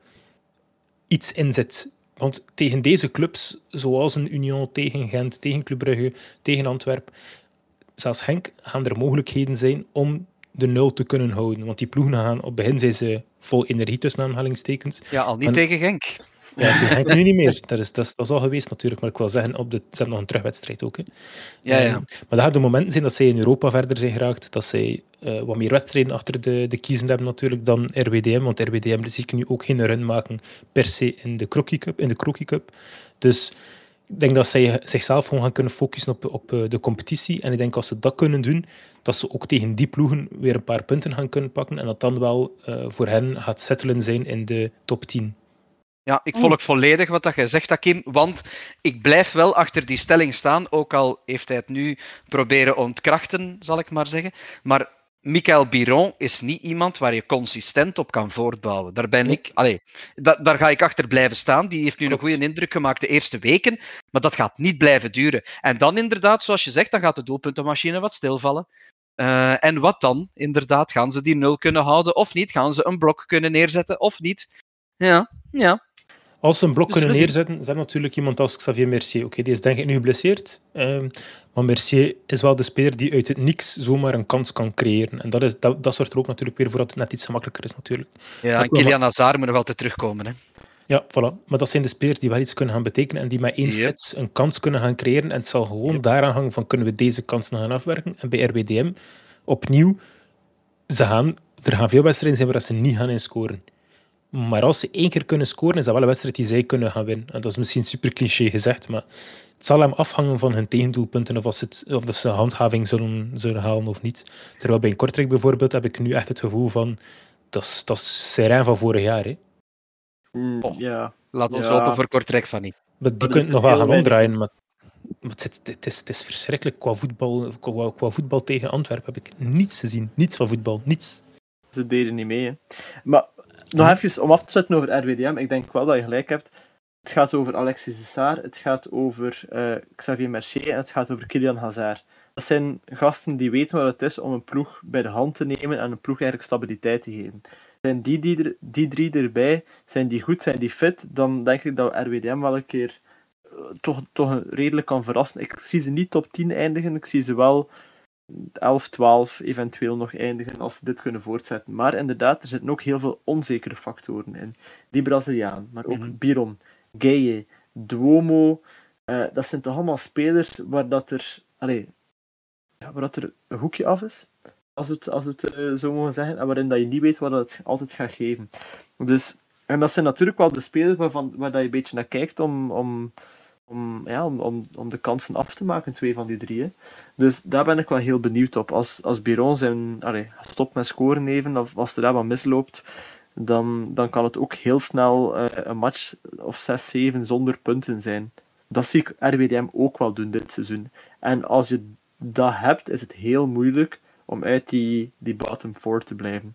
iets in zit. Want tegen deze clubs, zoals een Union, tegen Gent, tegen Club Brugge, tegen Antwerpen, zelfs Genk, gaan er mogelijkheden zijn om de nul te kunnen houden. Want die ploegen gaan op begin zijn ze vol energie tussen aanhalingstekens. Ja, al niet Maar- tegen Genk. Ja, tegen Genk nu niet meer. Dat is, dat, is, dat is al geweest natuurlijk. Maar ik wil zeggen, op de, ze hebben nog een terugwedstrijd ook. Hè. Ja, ja. Um, maar dat gaat de momenten zijn dat zij in Europa verder zijn geraakt. Dat zij uh, wat meer wedstrijden achter de, de kiezen hebben natuurlijk dan R W D M. Want R W D M zie ik nu ook geen run maken per se in de Crocky Cup. In de Crocky Cup. Dus ik denk dat zij zichzelf gewoon gaan kunnen focussen op, op uh, de competitie. En ik denk als ze dat kunnen doen, dat ze ook tegen die ploegen weer een paar punten gaan kunnen pakken. En dat dan wel uh, voor hen gaat settelen zijn in de top tien. Ja, ik volg volledig wat dat jij zegt, Hakim, want ik blijf wel achter die stelling staan, ook al heeft hij het nu proberen ontkrachten, zal ik maar zeggen. Maar Michael Biron is niet iemand waar je consistent op kan voortbouwen. Daar ben ik, allee, da, daar ga ik achter blijven staan. Die heeft nu Klopt. een goede indruk gemaakt de eerste weken, maar dat gaat niet blijven duren. En dan inderdaad, zoals je zegt, dan gaat de doelpuntenmachine wat stilvallen. Uh, en wat dan? Inderdaad, gaan ze die nul kunnen houden of niet? Gaan ze een blok kunnen neerzetten of niet? Ja, ja. Als ze een blok Dus kunnen we zien- neerzetten, ze hebben natuurlijk iemand als Xavier Mercier. Oké, die is denk ik nu geblesseerd. ehm, maar Mercier is wel de speler die uit het niks zomaar een kans kan creëren. En dat, is, dat, dat zorgt er ook natuurlijk weer voor dat het net iets gemakkelijker is natuurlijk. Ja, en Kylian Hazard moet nog altijd terugkomen. Hè. Ja, voilà. Maar dat zijn de spelers die wel iets kunnen gaan betekenen en die met één Yep. flits een kans kunnen gaan creëren. En het zal gewoon Yep. daaraan hangen van kunnen we deze kansen gaan afwerken. En bij R W D M, opnieuw, ze gaan, er gaan veel wedstrijden zijn waar ze niet gaan in scoren. Maar als ze één keer kunnen scoren, is dat wel een wedstrijd die zij kunnen gaan winnen. En dat is misschien super cliché gezegd, maar het zal hem afhangen van hun tegendoelpunten of, als het, of dat ze handhaving zullen, zullen halen of niet. Terwijl bij een Kortrijk bijvoorbeeld heb ik nu echt het gevoel van dat is, dat is Serain van vorig jaar. Hè. Mm, Oh. ja. Laat ons Ja. hopen voor Kortrijk van niet. Maar die Dat kunnen is nog wel heel gaan weinig. omdraaien, maar, maar het, is- het, is, het is verschrikkelijk. Qua voetbal, qua, qua voetbal tegen Antwerpen heb ik niets gezien. Niets van voetbal, niets. Ze deden niet mee. Hè. Maar nog even om af te zetten over R W D M. Ik denk wel dat je gelijk hebt. Het gaat over Alexis de Saar, het gaat over eh, Xavier Mercier en het gaat over Kylian Hazard. Dat zijn gasten die weten wat het is om een ploeg bij de hand te nemen en een ploeg eigenlijk stabiliteit te geven. Zijn die, die, er, die drie erbij, zijn die goed, zijn die fit, dan denk ik dat R W D M wel een keer eh, toch, toch redelijk kan verrassen. Ik zie ze niet top tien eindigen, ik zie ze wel elf, twaalf eventueel nog eindigen als ze dit kunnen voortzetten. Maar inderdaad, er zitten ook heel veel onzekere factoren in. Die Braziliaan, maar ook Mhm. Biron, Gueye, Duomo, eh, dat zijn toch allemaal spelers waar dat er, allee, ja, waar dat er een hoekje af is, als we het, als we het eh, zo mogen zeggen, en waarin dat je niet weet wat het altijd gaat geven. Dus, en dat zijn natuurlijk wel de spelers waarvan, waar dat je een beetje naar kijkt om, om, om, ja, om, om, om de kansen af te maken, twee van die drie. Hè. Dus daar ben ik wel heel benieuwd op. Als, als Biron zijn, allee, stopt met scoren even, of als er daar wat misloopt, dan, dan kan het ook heel snel uh, een match of zes, zeven zonder punten zijn. Dat zie ik R W D M ook wel doen dit seizoen. En als je dat hebt, is het heel moeilijk om uit die, die bottom four te blijven.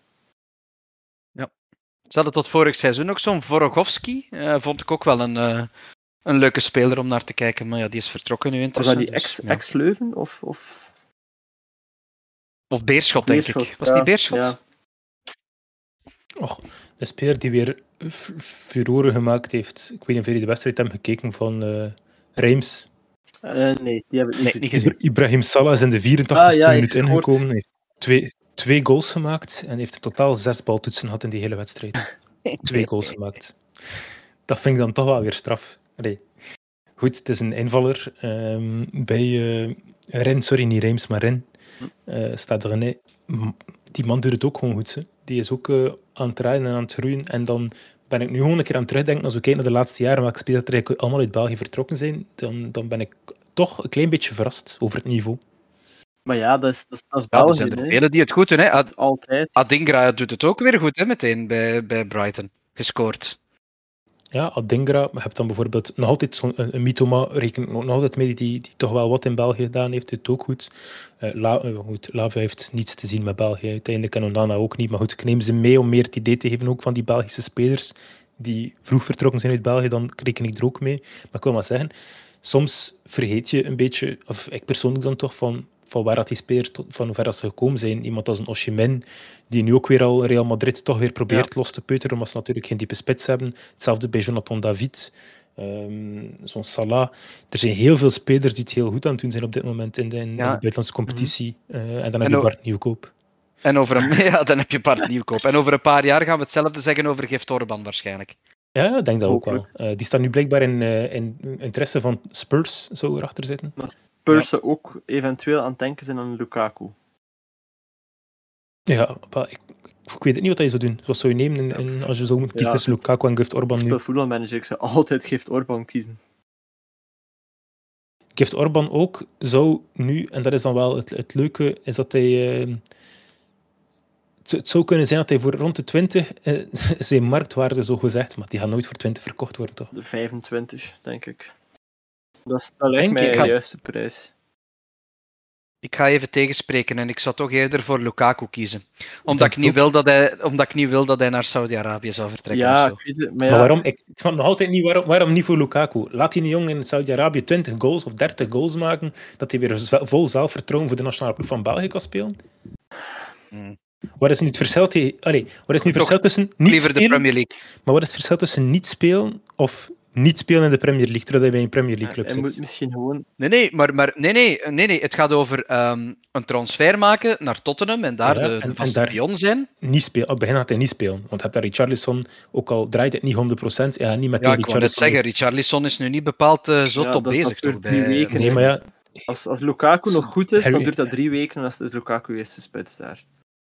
Ze hadden tot vorig seizoen ook zo'n Vorogowski. Uh, vond ik ook wel een, uh, een leuke speler om naar te kijken. Maar ja, die is vertrokken nu Was intussen. dat die dus, ex, ja. ex-Leuven? Of, of... Of Beerschot, denk Beerschot, ik. Was die ja, Beerschot? ja. Och, de speler die weer f- furoren gemaakt heeft. Ik weet niet of jullie de wedstrijd hebben gekeken van uh, Reims. Uh, nee, die heb ik niet Nee, gezien. niet gezien. Ibra- Ibrahim Salah is in de vierentachtigste Ah, ja, minuut heeft gescoord. ingekomen. Heeft twee, twee goals gemaakt en heeft in totaal zes baltoetsen gehad in die hele wedstrijd. Twee goals gemaakt. Dat vind ik dan toch wel weer straf. Allee. Goed, het is een invaller. Um, bij uh, Ren, sorry, niet Reims, maar Ren. Uh, staat René. Die man doet het ook gewoon goed. Hè. Die is ook uh, aan het draaien en aan het groeien. En dan ben ik nu gewoon een keer aan het terugdenken. Als we kijken naar de laatste jaren, welke spelers er eigenlijk allemaal uit België vertrokken zijn, dan, dan ben ik toch een klein beetje verrast over het niveau. Maar ja, dat is, dat is, dat is Ja, er België. zijn er hè. velen die het goed doen. Hè. Ad- Altijd. Adingra doet het ook weer goed hè, meteen bij, bij Brighton. Gescoord. ja, Adingra, maar je hebt dan bijvoorbeeld nog altijd zo'n een, een Mitoma, reken ik ook nog altijd mee, die, die toch wel wat in België gedaan heeft, het ook goed. Uh, La, uh, goed. Lavia heeft niets te zien met België uiteindelijk en Onana ook niet, maar goed, ik neem ze mee om meer het idee te geven ook van die Belgische spelers die vroeg vertrokken zijn uit België, dan reken ik er ook mee. Maar ik wil maar zeggen, soms vergeet je een beetje, of ik persoonlijk dan toch, van, van waar dat die spelers, tot, van hoe ver dat ze gekomen zijn. Iemand als een Osimhen, die nu ook weer al Real Madrid toch weer probeert ja. los te peuteren, omdat ze natuurlijk geen diepe spits hebben. Hetzelfde bij Jonathan David, um, zo'n Salah. Er zijn heel veel spelers die het heel goed aan het doen zijn op dit moment in de, in, ja. in de buitenlandse competitie. Mm-hmm. Uh, en dan heb en je Bart Nieuwkoop. En over een, ja, dan heb je Bart Nieuwkoop. En over een paar jaar gaan we hetzelfde zeggen over Gift Orban waarschijnlijk. Ja, ik denk dat ook wel. Uh, die staat nu blijkbaar in, uh, in interesse van Spurs, zou erachter zitten. Maar Spurs ja. ook eventueel aan het denken zijn aan Lukaku. Ja, maar ik, ik weet het niet wat hij zou doen. Wat zou je nemen in, in, als je zo moet kiezen ja, tussen Lukaku en Gift Orban nu? Ik speel voetbalmanager, ik zou altijd Gift Orban kiezen. Gift Orban ook zou nu, en dat is dan wel het, het leuke, is dat hij... Uh, het zou kunnen zijn dat hij voor rond de twintig uh, zijn marktwaarde zo gezegd, maar die gaat nooit voor twintig verkocht worden, toch? De vijfentwintig, denk ik. Dat, is, dat lijkt mij de juiste prijs. Ik ga even tegenspreken en ik zou toch eerder voor Lukaku kiezen. Omdat ik, niet wil dat hij, omdat ik niet wil dat hij naar Saudi-Arabië zou vertrekken. Ja, of zo. ik weet het, maar, ja. maar waarom? Ik snap nog altijd niet waarom, waarom niet voor Lukaku. Laat die jongen in Saudi-Arabië twintig goals of dertig goals maken, dat hij weer vol zelfvertrouwen voor de nationale ploeg van België kan spelen. Hmm. Wat is nu het verschil, te... Allee, wat is nu het verschil tussen niet liever spelen, de Premier League. Maar wat is het verschil tussen niet spelen of niet spelen in de Premier League, terwijl hij bij een Premier League club ja, zit? Hij moet misschien gewoon... Nee, nee, maar, maar nee, nee, nee, nee, het gaat over um, een transfer maken naar Tottenham en daar ja, de, de vaste pion zijn. Niet spelen. Op het begin gaat hij niet spelen, want je hebt daar Richarlison, ook al draait het niet honderd procent, ja, niet met ja, ik wou net zeggen, Richarlison is nu niet bepaald uh, zo ja, top dat, bezig. Dat toch, drie bij... weken. Nee, maar ja... Als, als Lukaku nog goed is, Harry... dan duurt dat drie weken en dan is Lukaku eerste spits daar.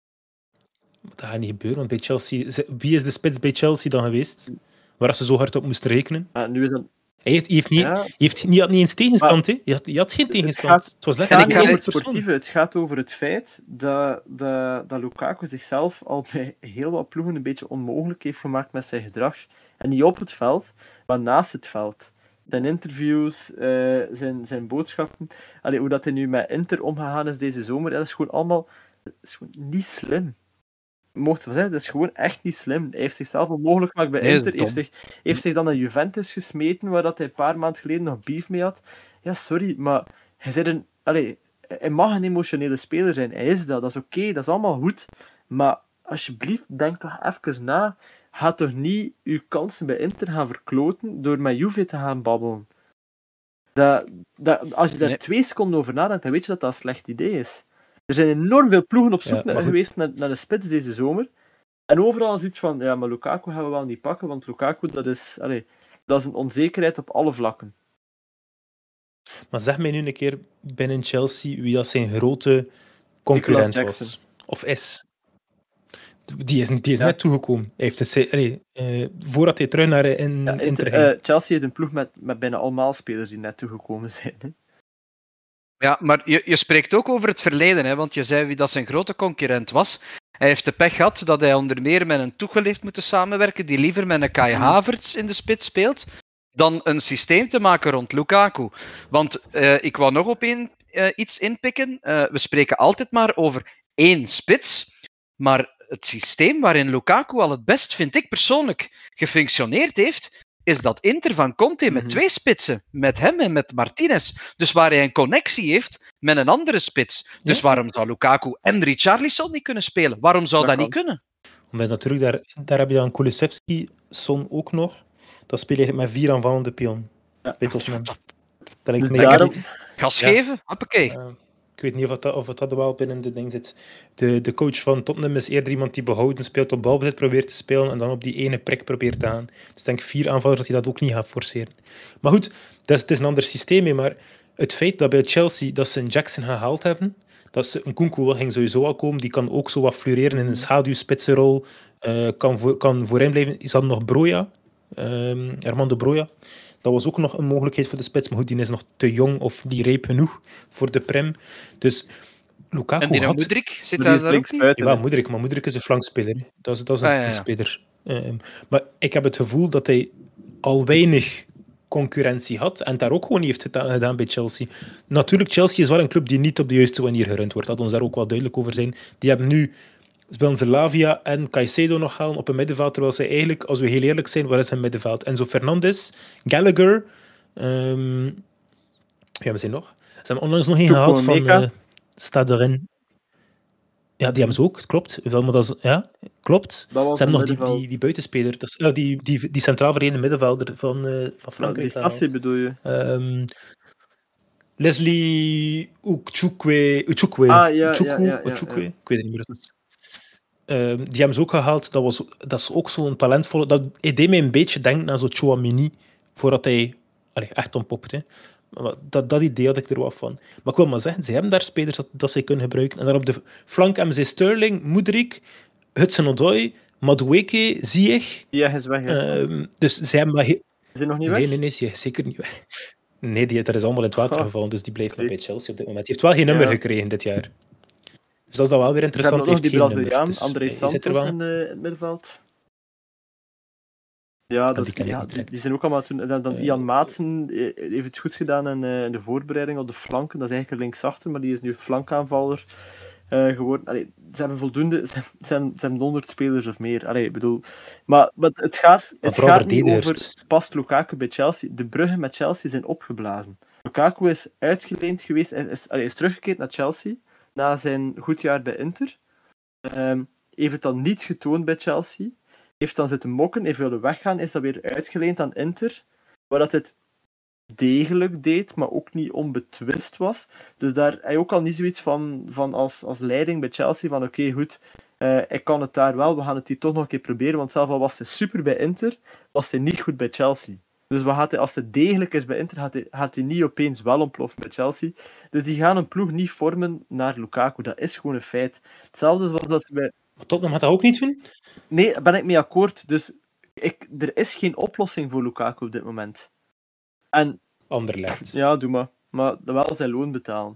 Dat gaat niet gebeuren, want bij Chelsea... Wie is de spits bij Chelsea dan geweest? Waar ze zo hard op moesten rekenen? Ja, nu is dat... Hij heeft, hij heeft niet, ja. hij heeft, niet, had niet eens tegenstand, hè? Je had, je had geen tegenstand. Het, gaat, het was het gaat niet over het sportieve, het gaat over het feit dat, dat, dat Lukaku zichzelf al bij heel wat ploegen een beetje onmogelijk heeft gemaakt met zijn gedrag. En niet op het veld, maar naast het veld. Zijn interviews, uh, zijn, zijn boodschappen. Allee, hoe dat hij nu met Inter omgegaan is deze zomer, dat is gewoon allemaal dat is gewoon niet slim. Mocht wel zeggen, dat is gewoon echt niet slim. Hij heeft zichzelf onmogelijk gemaakt bij nee, Inter, heeft zich, heeft zich dan naar Juventus gesmeten, waar dat hij een paar maanden geleden nog beef mee had. Ja, sorry, maar hij, zei een, allez, hij mag een emotionele speler zijn. Hij is dat, dat is oké, okay, dat is allemaal goed. Maar alsjeblieft, denk toch even na. Ga toch niet uw kansen bij Inter gaan verkloten door met Juve te gaan babbelen. Dat, dat, als je daar nee. twee seconden over nadenkt, dan weet je dat dat een slecht idee is. Er zijn enorm veel ploegen op zoek ja, naar, geweest naar, naar de spits deze zomer. En overal is iets van, ja, maar Lukaku gaan we wel niet pakken, want Lukaku, dat is, allez, dat is een onzekerheid op alle vlakken. Maar zeg mij nu een keer binnen Chelsea wie dat zijn grote concurrent was. Of is. Die is, die is ja. net toegekomen. Hij heeft een, allez, uh, voordat hij terug naar in, ja, Inter ging. Uh, Chelsea heeft een ploeg met, met bijna allemaal spelers die net toegekomen zijn. Hè? Ja, maar je, je spreekt ook over het verleden, hè, want je zei wie dat zijn grote concurrent was. Hij heeft de pech gehad dat hij onder meer met een Tuchel heeft moeten samenwerken, die liever met een Kai Havertz in de spits speelt, dan een systeem te maken rond Lukaku. Want uh, ik wou nog op een, uh, iets inpikken. Uh, we spreken altijd maar over één spits, maar het systeem waarin Lukaku al het best, vind ik persoonlijk, gefunctioneerd heeft, is dat Inter van Conte met mm-hmm. twee spitsen, met hem en met Martinez. Dus waar hij een connectie heeft met een andere spits. Dus ja. waarom zou Lukaku en Richarlison niet kunnen spelen? Waarom zou dat, dat niet kunnen? Omdat natuurlijk, daar, daar heb je dan Kulusevski, Son ook nog. Dat speel je met vier aanvallende pion. Ja. Bij Tottenham. Dat lijkt dus me daarom... Gas geven? Ja. Hoppakee. Uh, ik weet niet of dat, of dat wel binnen de ding zit. De, de coach van Tottenham is eerder iemand die behouden speelt, op balbezit probeert te spelen en dan op die ene prik probeert te gaan. Dus ik denk vier aanvallers dat hij dat ook niet gaat forceren. Maar goed, dat is, het is een ander systeem. Maar het feit dat bij Chelsea dat ze een Jackson gehaald hebben, dat ze een Nkunku ging sowieso al komen, die kan ook zo wat floreren in een schaduwspitsenrol, uh, kan, voor, kan voorin blijven. Is dat nog Broja? Um, Armando Broja. Dat was ook nog een mogelijkheid voor de spits, maar goed, die is nog te jong of niet rijp genoeg voor de Prem. Dus Lukaku en die had... Moedrik zit daar ook niet? Ja, Moedrik, maar Moedrik is een flankspeler. Dat is, dat is een ah, flankspeler. Ja, ja. Um, maar ik heb het gevoel dat hij al weinig concurrentie had en daar ook gewoon niet heeft geta- gedaan bij Chelsea. Natuurlijk, Chelsea is wel een club die niet op de juiste manier gerund wordt. Laat ons daar ook wel duidelijk over zijn. Die hebben nu willen ze Lavia en Caicedo nog halen op een middenveld, terwijl ze eigenlijk, als we heel eerlijk zijn, waar is hun middenveld? Enzo Fernandes, Gallagher, um, ja, we zijn nog. Ze hebben onlangs nog een gehaald van uh, staat erin. Ja, die hebben ze ook, klopt. Wel, maar dat is, ja, klopt. Dat was ze hebben nog die, middenveld. die, die buitenspeler, dat is, uh, die, die, die centraal verdedigende middenvelder van, uh, van Frankrijk. Die Stassi bedoel je? Um, Leslie Uchukwe. Uchukwe. Ah, ja, Uchukwu, ja, ja, ja, Uchukwe. ja. Ik weet het niet meer. Dat uh, die hebben ze ook gehaald. Dat, was, dat is ook zo'n talentvolle... Dat hij deed mij een beetje denken aan zo'n Chouamini, voordat hij allee, echt ontpopte. Dat, dat idee had ik er wat van. Maar ik wil maar zeggen, ze hebben daar spelers dat, dat ze kunnen gebruiken. En dan op de flank hebben ze Sterling, Mudryk, Hudson-Odoi, Madueke, Ziyech. Ja, hij is weg. Uh, dus ze hebben... Maar he- is hij nog niet weg? Nee, nee, nee, Ziyech is zeker niet weg. Nee, die, dat is allemaal in het water Goh. gevallen, dus die blijft Okay. nog bij Chelsea op dit moment. Die heeft wel geen nummer Ja. gekregen dit jaar. Dus dat is dan wel weer Ze hebben interessant. ook nog Heeft die geen nummer, Braziliaan, dus André hij zit er Santos wel. in, uh, in het middenveld. Ja, dat die is, ken ik ja niet die, direct. die zijn ook allemaal toen. Dan, dan Eh. Ian Maatsen eh, heeft het goed gedaan in, uh, in de voorbereiding op de flanken. Dat is eigenlijk linksachter, maar die is nu flankaanvaller uh, geworden. Allee, ze hebben voldoende. Ze, ze, hebben, ze hebben honderd spelers of meer. Allee, ik bedoel, maar, maar het gaat, het vooral gaat niet over. verdedigers. Past Lukaku bij Chelsea? De bruggen met Chelsea zijn opgeblazen. Lukaku is uitgeleend geweest en is, allee, is teruggekeerd naar Chelsea na zijn goed jaar bij Inter. Um, heeft het dan niet getoond bij Chelsea. Heeft dan zitten mokken, heeft willen weggaan, is dat weer uitgeleend aan Inter, waar dat het degelijk deed, maar ook niet onbetwist was. Dus daar heb je ook al niet zoiets van, van als, als leiding bij Chelsea, van oké, okay, goed, uh, ik kan het daar wel, we gaan het hier toch nog een keer proberen, want zelf al was hij super bij Inter, was hij niet goed bij Chelsea. Dus wat gaat hij, als het degelijk is bij Inter, gaat hij, gaat hij niet opeens wel ontploffen bij Chelsea. Dus die gaan een ploeg niet vormen naar Lukaku, dat is gewoon een feit. Hetzelfde zoals als bij... Tottenham gaat dat ook niet doen? Nee, daar ben ik mee akkoord. Dus ik, er is geen oplossing voor Lukaku op dit moment. En... Anderlecht. Ja, doe maar. Maar wel zijn loon betalen.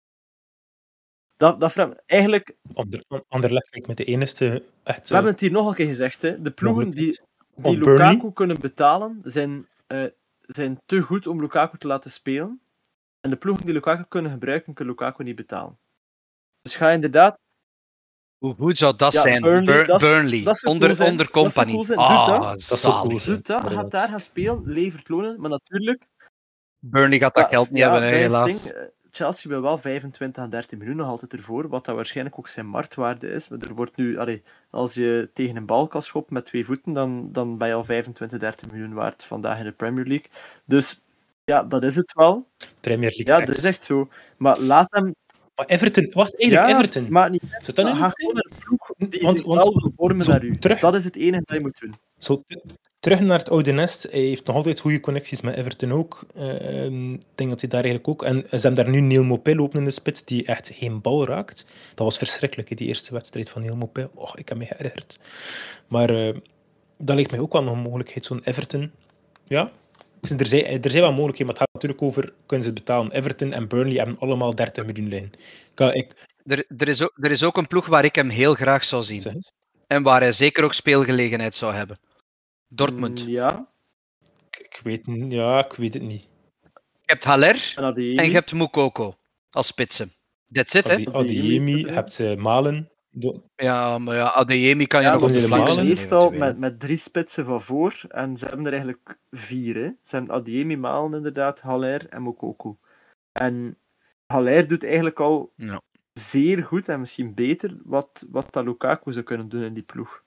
Dat, dat vraag... Eigenlijk... Ander, Anderlecht ik met de enige... Echt, we hebben het hier nog een keer gezegd. Hè. De ploegen die, die Of Lukaku Burnley. kunnen betalen, zijn, uh, zijn te goed om Lukaku te laten spelen. En de ploegen die Lukaku kunnen gebruiken, kunnen Lukaku niet betalen. Dus ga inderdaad... Hoe goed zou dat Ja, zijn? Burnley, Bur- dat is- Burnley, dat zou onder, cool zijn. onder Dat zou company. cool zijn. Ah, Doe dat. Dat zou cool zalig. zijn. Doet dat, inderdaad. gaat daar gaan spelen, levert lonen. Maar natuurlijk... Burnley gaat dat Ja, geld niet ja, hebben, hè, dat is het helaas. ding. Uh, Chelsea wil wel vijfentwintig à dertig miljoen nog altijd ervoor, wat dat waarschijnlijk ook zijn marktwaarde is. Maar er wordt nu, allee, als je tegen een bal kan schoppen met twee voeten, dan, dan ben je al vijfentwintig, dertig miljoen waard vandaag in de Premier League. Dus ja, dat is het wel. Premier League. Ja, dat is echt zo. Maar laat hem... Maar Everton, wacht, eigenlijk ja, Everton. maakt niet Zou dat uit. nu Ga niet gewoon naar een ploeg die Want- zich want- wel wil vormen zo naar u. terug- Dat is het enige dat je moet doen. Zo, t- terug naar het oude nest. Hij heeft nog altijd goede connecties met Everton ook. Uh, ik denk dat hij daar eigenlijk ook... En ze hebben daar nu Neil Maupay lopen in de spits, die echt geen bal raakt. Dat was verschrikkelijk, hè, die eerste wedstrijd van Neil Maupay. Oh, ik heb me geërgerd. Maar uh, dat lijkt mij ook wel nog een mogelijkheid, zo'n Everton. Ja, er zijn, er zijn wel mogelijkheden, maar het gaat natuurlijk over, kunnen ze het betalen. Everton en Burnley hebben allemaal dertig miljoen liggen. Ik, ik, Er, er, is ook, er is ook een ploeg waar ik hem heel graag zou zien. zeg eens. En waar hij zeker ook speelgelegenheid zou hebben. Dortmund. Mm, ja. Ik, ik weet, niet- ja, ik weet het niet. Je hebt Haller En Adeyemi. en je hebt Moukoko als spitsen. That's it, hè? Adi- Adeyemi Adeyemi, is je het, hebt uh, Malen. Do- Ja, maar ja, Adeyemi kan je Ja, nog maar op de ze helemaal flank spelen niet. zetten. meestal eventueel. met, met drie spitsen van voor. En ze hebben er eigenlijk vier. Hè. Ze hebben Adeyemi, Malen inderdaad, Haller en Moukoko. En Haller doet eigenlijk al Ja. zeer goed en misschien beter wat, wat dat Lukaku zou kunnen doen in die ploeg.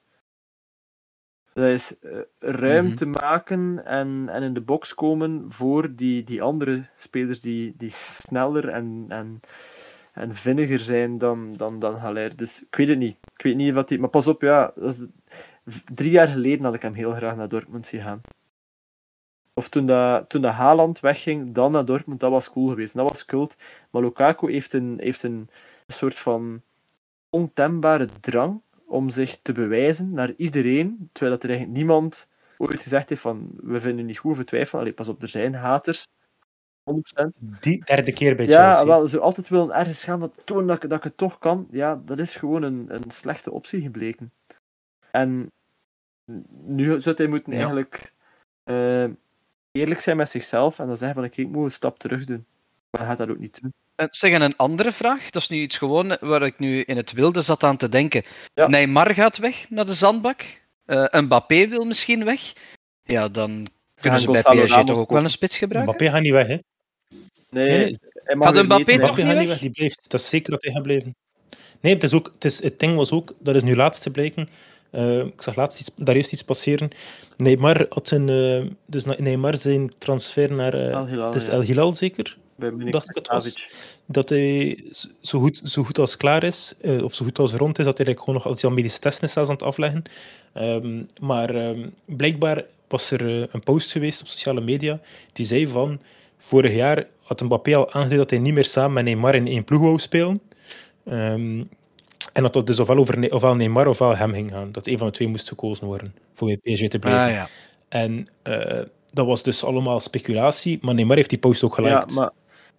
Dat is uh, ruimte Mhm. maken en, en in de box komen voor die, die andere spelers die, die sneller en, en, en vinniger zijn dan, dan, dan Haller. Dus ik weet het niet. Ik weet niet wat die... Maar pas op, ja. Dat is, drie jaar geleden had ik hem heel graag naar Dortmund zien gaan. Of toen, dat, toen dat Haaland wegging, dan naar Dortmund, dat was cool geweest. Dat was cult. Maar Lukaku heeft een, heeft een, een soort van ontembare drang om zich te bewijzen naar iedereen, terwijl dat er eigenlijk niemand ooit gezegd heeft van we vinden u niet goed, we twijfelen. Allee, pas op, er zijn haters. honderd procent. Die derde keer bij Ja, Chelsea. wel, ze altijd willen ergens gaan, wat toon dat, ik- dat ik het toch kan. Ja, dat is gewoon een, een slechte optie gebleken. En nu zou hij moeten Ja. eigenlijk uh, eerlijk zijn met zichzelf en dan zeggen van, ik moet een stap terug doen. Maar hij gaat dat ook niet doen. En zeg, een andere vraag, dat is nu iets gewoon waar ik nu in het wilde zat aan te denken. Ja. Neymar gaat weg naar de zandbak. Uh, Mbappé wil misschien weg. Ja, dan ze kunnen ze bij P S G toch ook kopen. Wel een spits gebruiken? Mbappé gaat niet weg, hè? Nee, nee. Gaat Mbappé toch niet weg? weg? Die blijft. Dat is zeker dat hij gaat blijven. Nee, het, is ook, het, is, het ding was ook, dat is nu laatst gebleken. Uh, ik zag laatst iets, daar eerst iets passeren. Neymar had een, uh, dus Neymar zijn transfer naar uh, El Hilal, het is ja. El Hilal zeker. Bij dacht ik het was. Dat hij zo goed, zo goed als klaar is, uh, of zo goed als rond is, dat hij eigenlijk gewoon nog als hij al medische testen is aan het afleggen. Um, maar um, blijkbaar was er uh, een post geweest op sociale media die zei van vorig jaar had Mbappé al aangegeven dat hij niet meer samen met Neymar in één ploeg wou spelen. Um, en dat dat dus ofwel over ne- ofwel Neymar ofwel hem ging gaan. Dat een van de twee moest gekozen worden voor bij P S G te blijven. Ah, ja. En uh, dat was dus allemaal speculatie, maar Neymar heeft die post ook geliked. Ja, maar...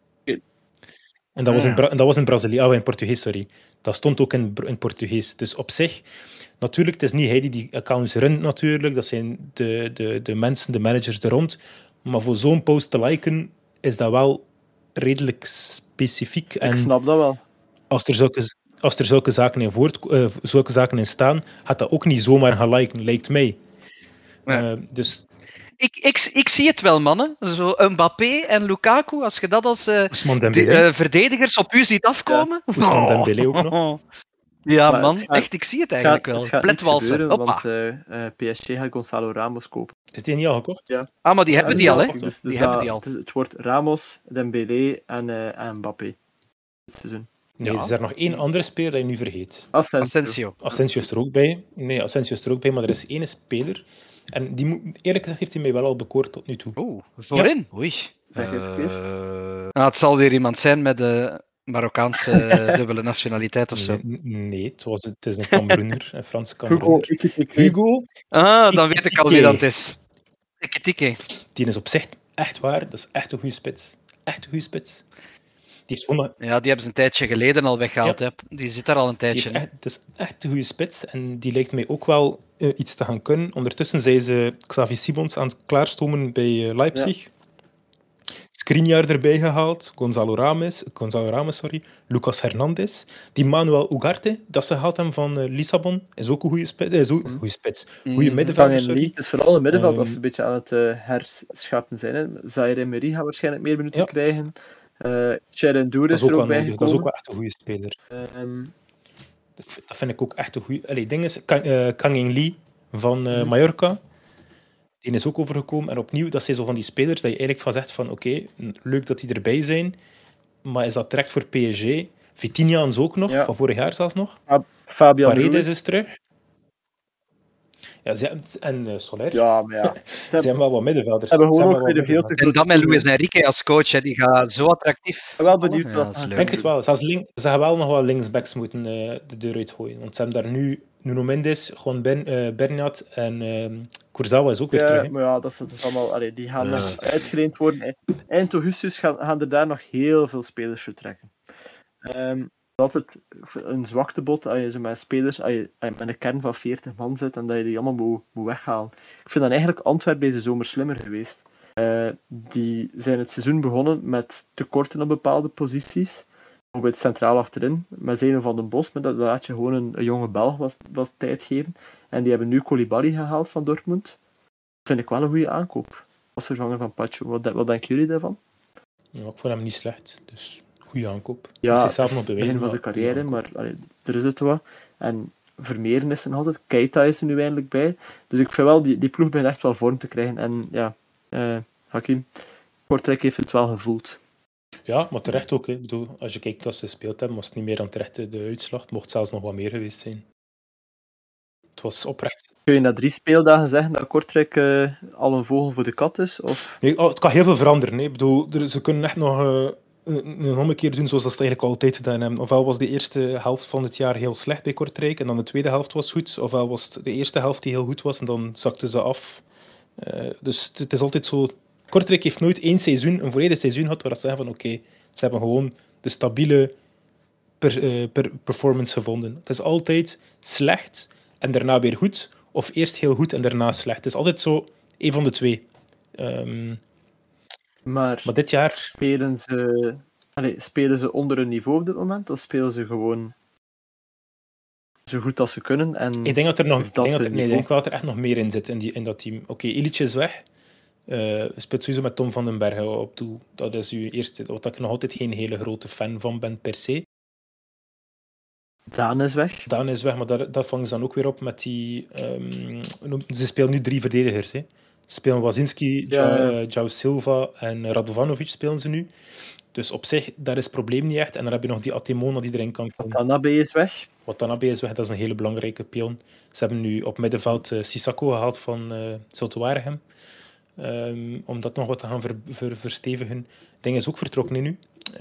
En dat was, in Bra- en dat was in Brazilië, oh, in Portugees, sorry. Dat stond ook in, in Portugees. Dus op zich, natuurlijk, het is niet hij die die accounts runt natuurlijk. Dat zijn de, de, de mensen, de managers er rond. Maar voor zo'n post te liken, is dat wel redelijk specifiek. Ik snap dat wel. Als er zulke, als er zulke, zaken in voort, uh, zulke zaken in staan, gaat dat ook niet zomaar gaan liken, lijkt mij. Ja. Uh, dus... Ik, ik, ik zie het wel, mannen. Zo Mbappé en Lukaku, als je dat als uh, de, uh, verdedigers op u ziet afkomen. Ja. Ousmane Dembélé ook nog. Ja, maar man. Gaat, echt, ik zie het eigenlijk gaat, wel. Het gaat Pletwalsen. niet gebeuren, want uh, uh, P S G gaat Gonzalo Ramos kopen. Is die niet al gekocht? Ja. Ah, maar die hebben die al, hè? Dus, dus die dat, hebben die al. Het, het wordt Ramos, Dembélé en, uh, en Mbappé. Dit seizoen. Nee, ja. Er is er nog één andere speler dat je nu vergeet. Asensio. Asensio. Asensio is er ook bij. Nee, Asensio is er ook bij, maar er is één speler... En die moet, eerlijk gezegd heeft hij mij wel al bekoord tot nu toe. Oeh, voorin? Ja. Oei. Zeg even keer. Uh, nou, het zal weer iemand zijn met de Marokkaanse dubbele nationaliteit of zo. Nee, nee het, was, het is een Cameroener, een Franse Cameroener. Hugo. Hugo. Ah, dan weet ik al wie dat is. Tiki-tiki. Die is op zich echt waar. Dat is echt een goede spits. Echt een goede spits. Die heeft gewoon... Ja, die hebben ze een tijdje geleden al weggehaald. Ja. Hè. Die zit daar al een tijdje. Echt, het is echt een goede spits. En die lijkt mij ook wel uh, iets te gaan kunnen. Ondertussen zijn ze Xavi Simons aan het klaarstomen bij uh, Leipzig. Ja. Skriniar erbij gehaald. Gonzalo Ramos, Gonzalo Ramos sorry. Lucas Hernandez. Die Manuel Ugarte, dat ze gehaald hebben van uh, Lissabon, is ook een goede spits. Is ook een goede spits. Goede mm. middenvelder, sorry. Het is vooral een middenveld um, dat ze een beetje aan het uh, herschapen zijn. Hè. Zaire Emery gaat waarschijnlijk meer minuten ja. krijgen. Uh, Sharon Doer is, is er ook bij gekomen. Dat is ook wel echt een goede speler. Um, dat vind ik ook echt een goede... Allee, ding is, Kang, uh, Kang In Lee van uh, Mallorca, die is ook overgekomen. En opnieuw, dat zijn zo van die spelers dat je eigenlijk van zegt van oké, okay, leuk dat die erbij zijn, maar is dat terecht voor P S G? Vitinha is ook nog, ja. van vorig jaar zelfs nog. Fab- Fabian Paredes Ruiz is terug. Ja, ze, en uh, Soler. Ja, maar ja. Ze hebben wel wat middenvelders. Hebben gewoon nog weer veel te En dan met Luis Enrique als coach, hè, die gaat zo attractief. Ik ben wel benieuwd ja, wat dat Ik denk het wel. Ze, link, ze gaan wel nog wel linksbacks moeten uh, de deur uitgooien. Want ze hebben daar nu Nuno Mendes, gewoon ben, uh, Bernat en uh, Kurzawa is ook weer ja, terug. Hè. Maar ja, dat is, dat is allemaal... Allee, die gaan nog ja. uitgeleend worden. Eind augustus gaan, gaan er daar nog heel veel spelers vertrekken. Um, altijd een zwaktebod als je zo met spelers, als je, als je met een kern van veertig man zit en dat je die allemaal moet, moet weghalen. Ik vind dan eigenlijk Antwerpen deze zomer slimmer geweest. Uh, die zijn het seizoen begonnen met tekorten op bepaalde posities. Bijvoorbeeld centraal achterin, met Zeno van den Bos, maar dat laat je gewoon een, een jonge Belg wat, wat tijd geven. En die hebben nu Koulibaly gehaald van Dortmund. Dat vind ik wel een goede aankoop. Als vervanger van Pacho. Wat, wat denken jullie daarvan? Ja, ik vond hem niet slecht, dus... Goeie aankoop. Ja, het is het begin van zijn carrière, maar allee, er is het wat. En Vermeeren is er nog altijd. Keita is er nu eindelijk bij. Dus ik vind wel, die, die ploeg begint echt wel vorm te krijgen. En ja, uh, Hakim, Kortrijk heeft het wel gevoeld. Ja, maar terecht ook. Hè. Ik bedoel, als je kijkt dat ze gespeeld hebben, was het niet meer dan terecht de uitslag. Het mocht zelfs nog wat meer geweest zijn. Het was oprecht. Kun je na drie speeldagen zeggen dat Kortrijk uh, al een vogel voor de kat is? Of? Nee, oh, het kan heel veel veranderen. Hè. Ik bedoel, er, ze kunnen echt nog... Uh, een ommekeer doen zoals dat ze eigenlijk altijd gedaan hebben. Ofwel was de eerste helft van het jaar heel slecht bij Kortrijk en dan de tweede helft was goed. Ofwel was het de eerste helft die heel goed was en dan zakten ze af. Uh, dus het is altijd zo... Kortrijk heeft nooit één seizoen, een volledig seizoen gehad waar ze zeggen van oké, okay, ze hebben gewoon de stabiele per, uh, per performance gevonden. Het is altijd slecht en daarna weer goed. Of eerst heel goed en daarna slecht. Het is altijd zo één van de twee. Um, Maar, maar dit jaar... spelen ze, allez, spelen ze onder hun niveau op dit moment? Of spelen ze gewoon zo goed als ze kunnen? En ik denk dat er nog... is Ik dat denk, dat, hun nee, ik niveau? denk wel dat er echt nog meer in zit in, die, in dat team. Oké, okay, Illich is weg. Uh, speelt sowieso met Tom van den Bergen op toe. Dat is uw eerste... Wat ik nog altijd geen hele grote fan van ben, per se. Daan is weg. Daan is weg, maar dat, dat vangen ze dan ook weer op met die... Um, ze spelen nu drie verdedigers. Hè. Ze spelen Wazinski, Ja, ja. uh, João Silva en Radovanovic spelen ze nu. Dus op zich, daar is het probleem niet echt. En dan heb je nog die Atimona die erin kan komen. Watanabe is weg. Watanabe is weg, dat is een hele belangrijke pion. Ze hebben nu op middenveld uh, Sissako gehaald van uh, Zulte Waregem. Um, om dat nog wat te gaan ver, ver, verstevigen. Ding is ook vertrokken in nu.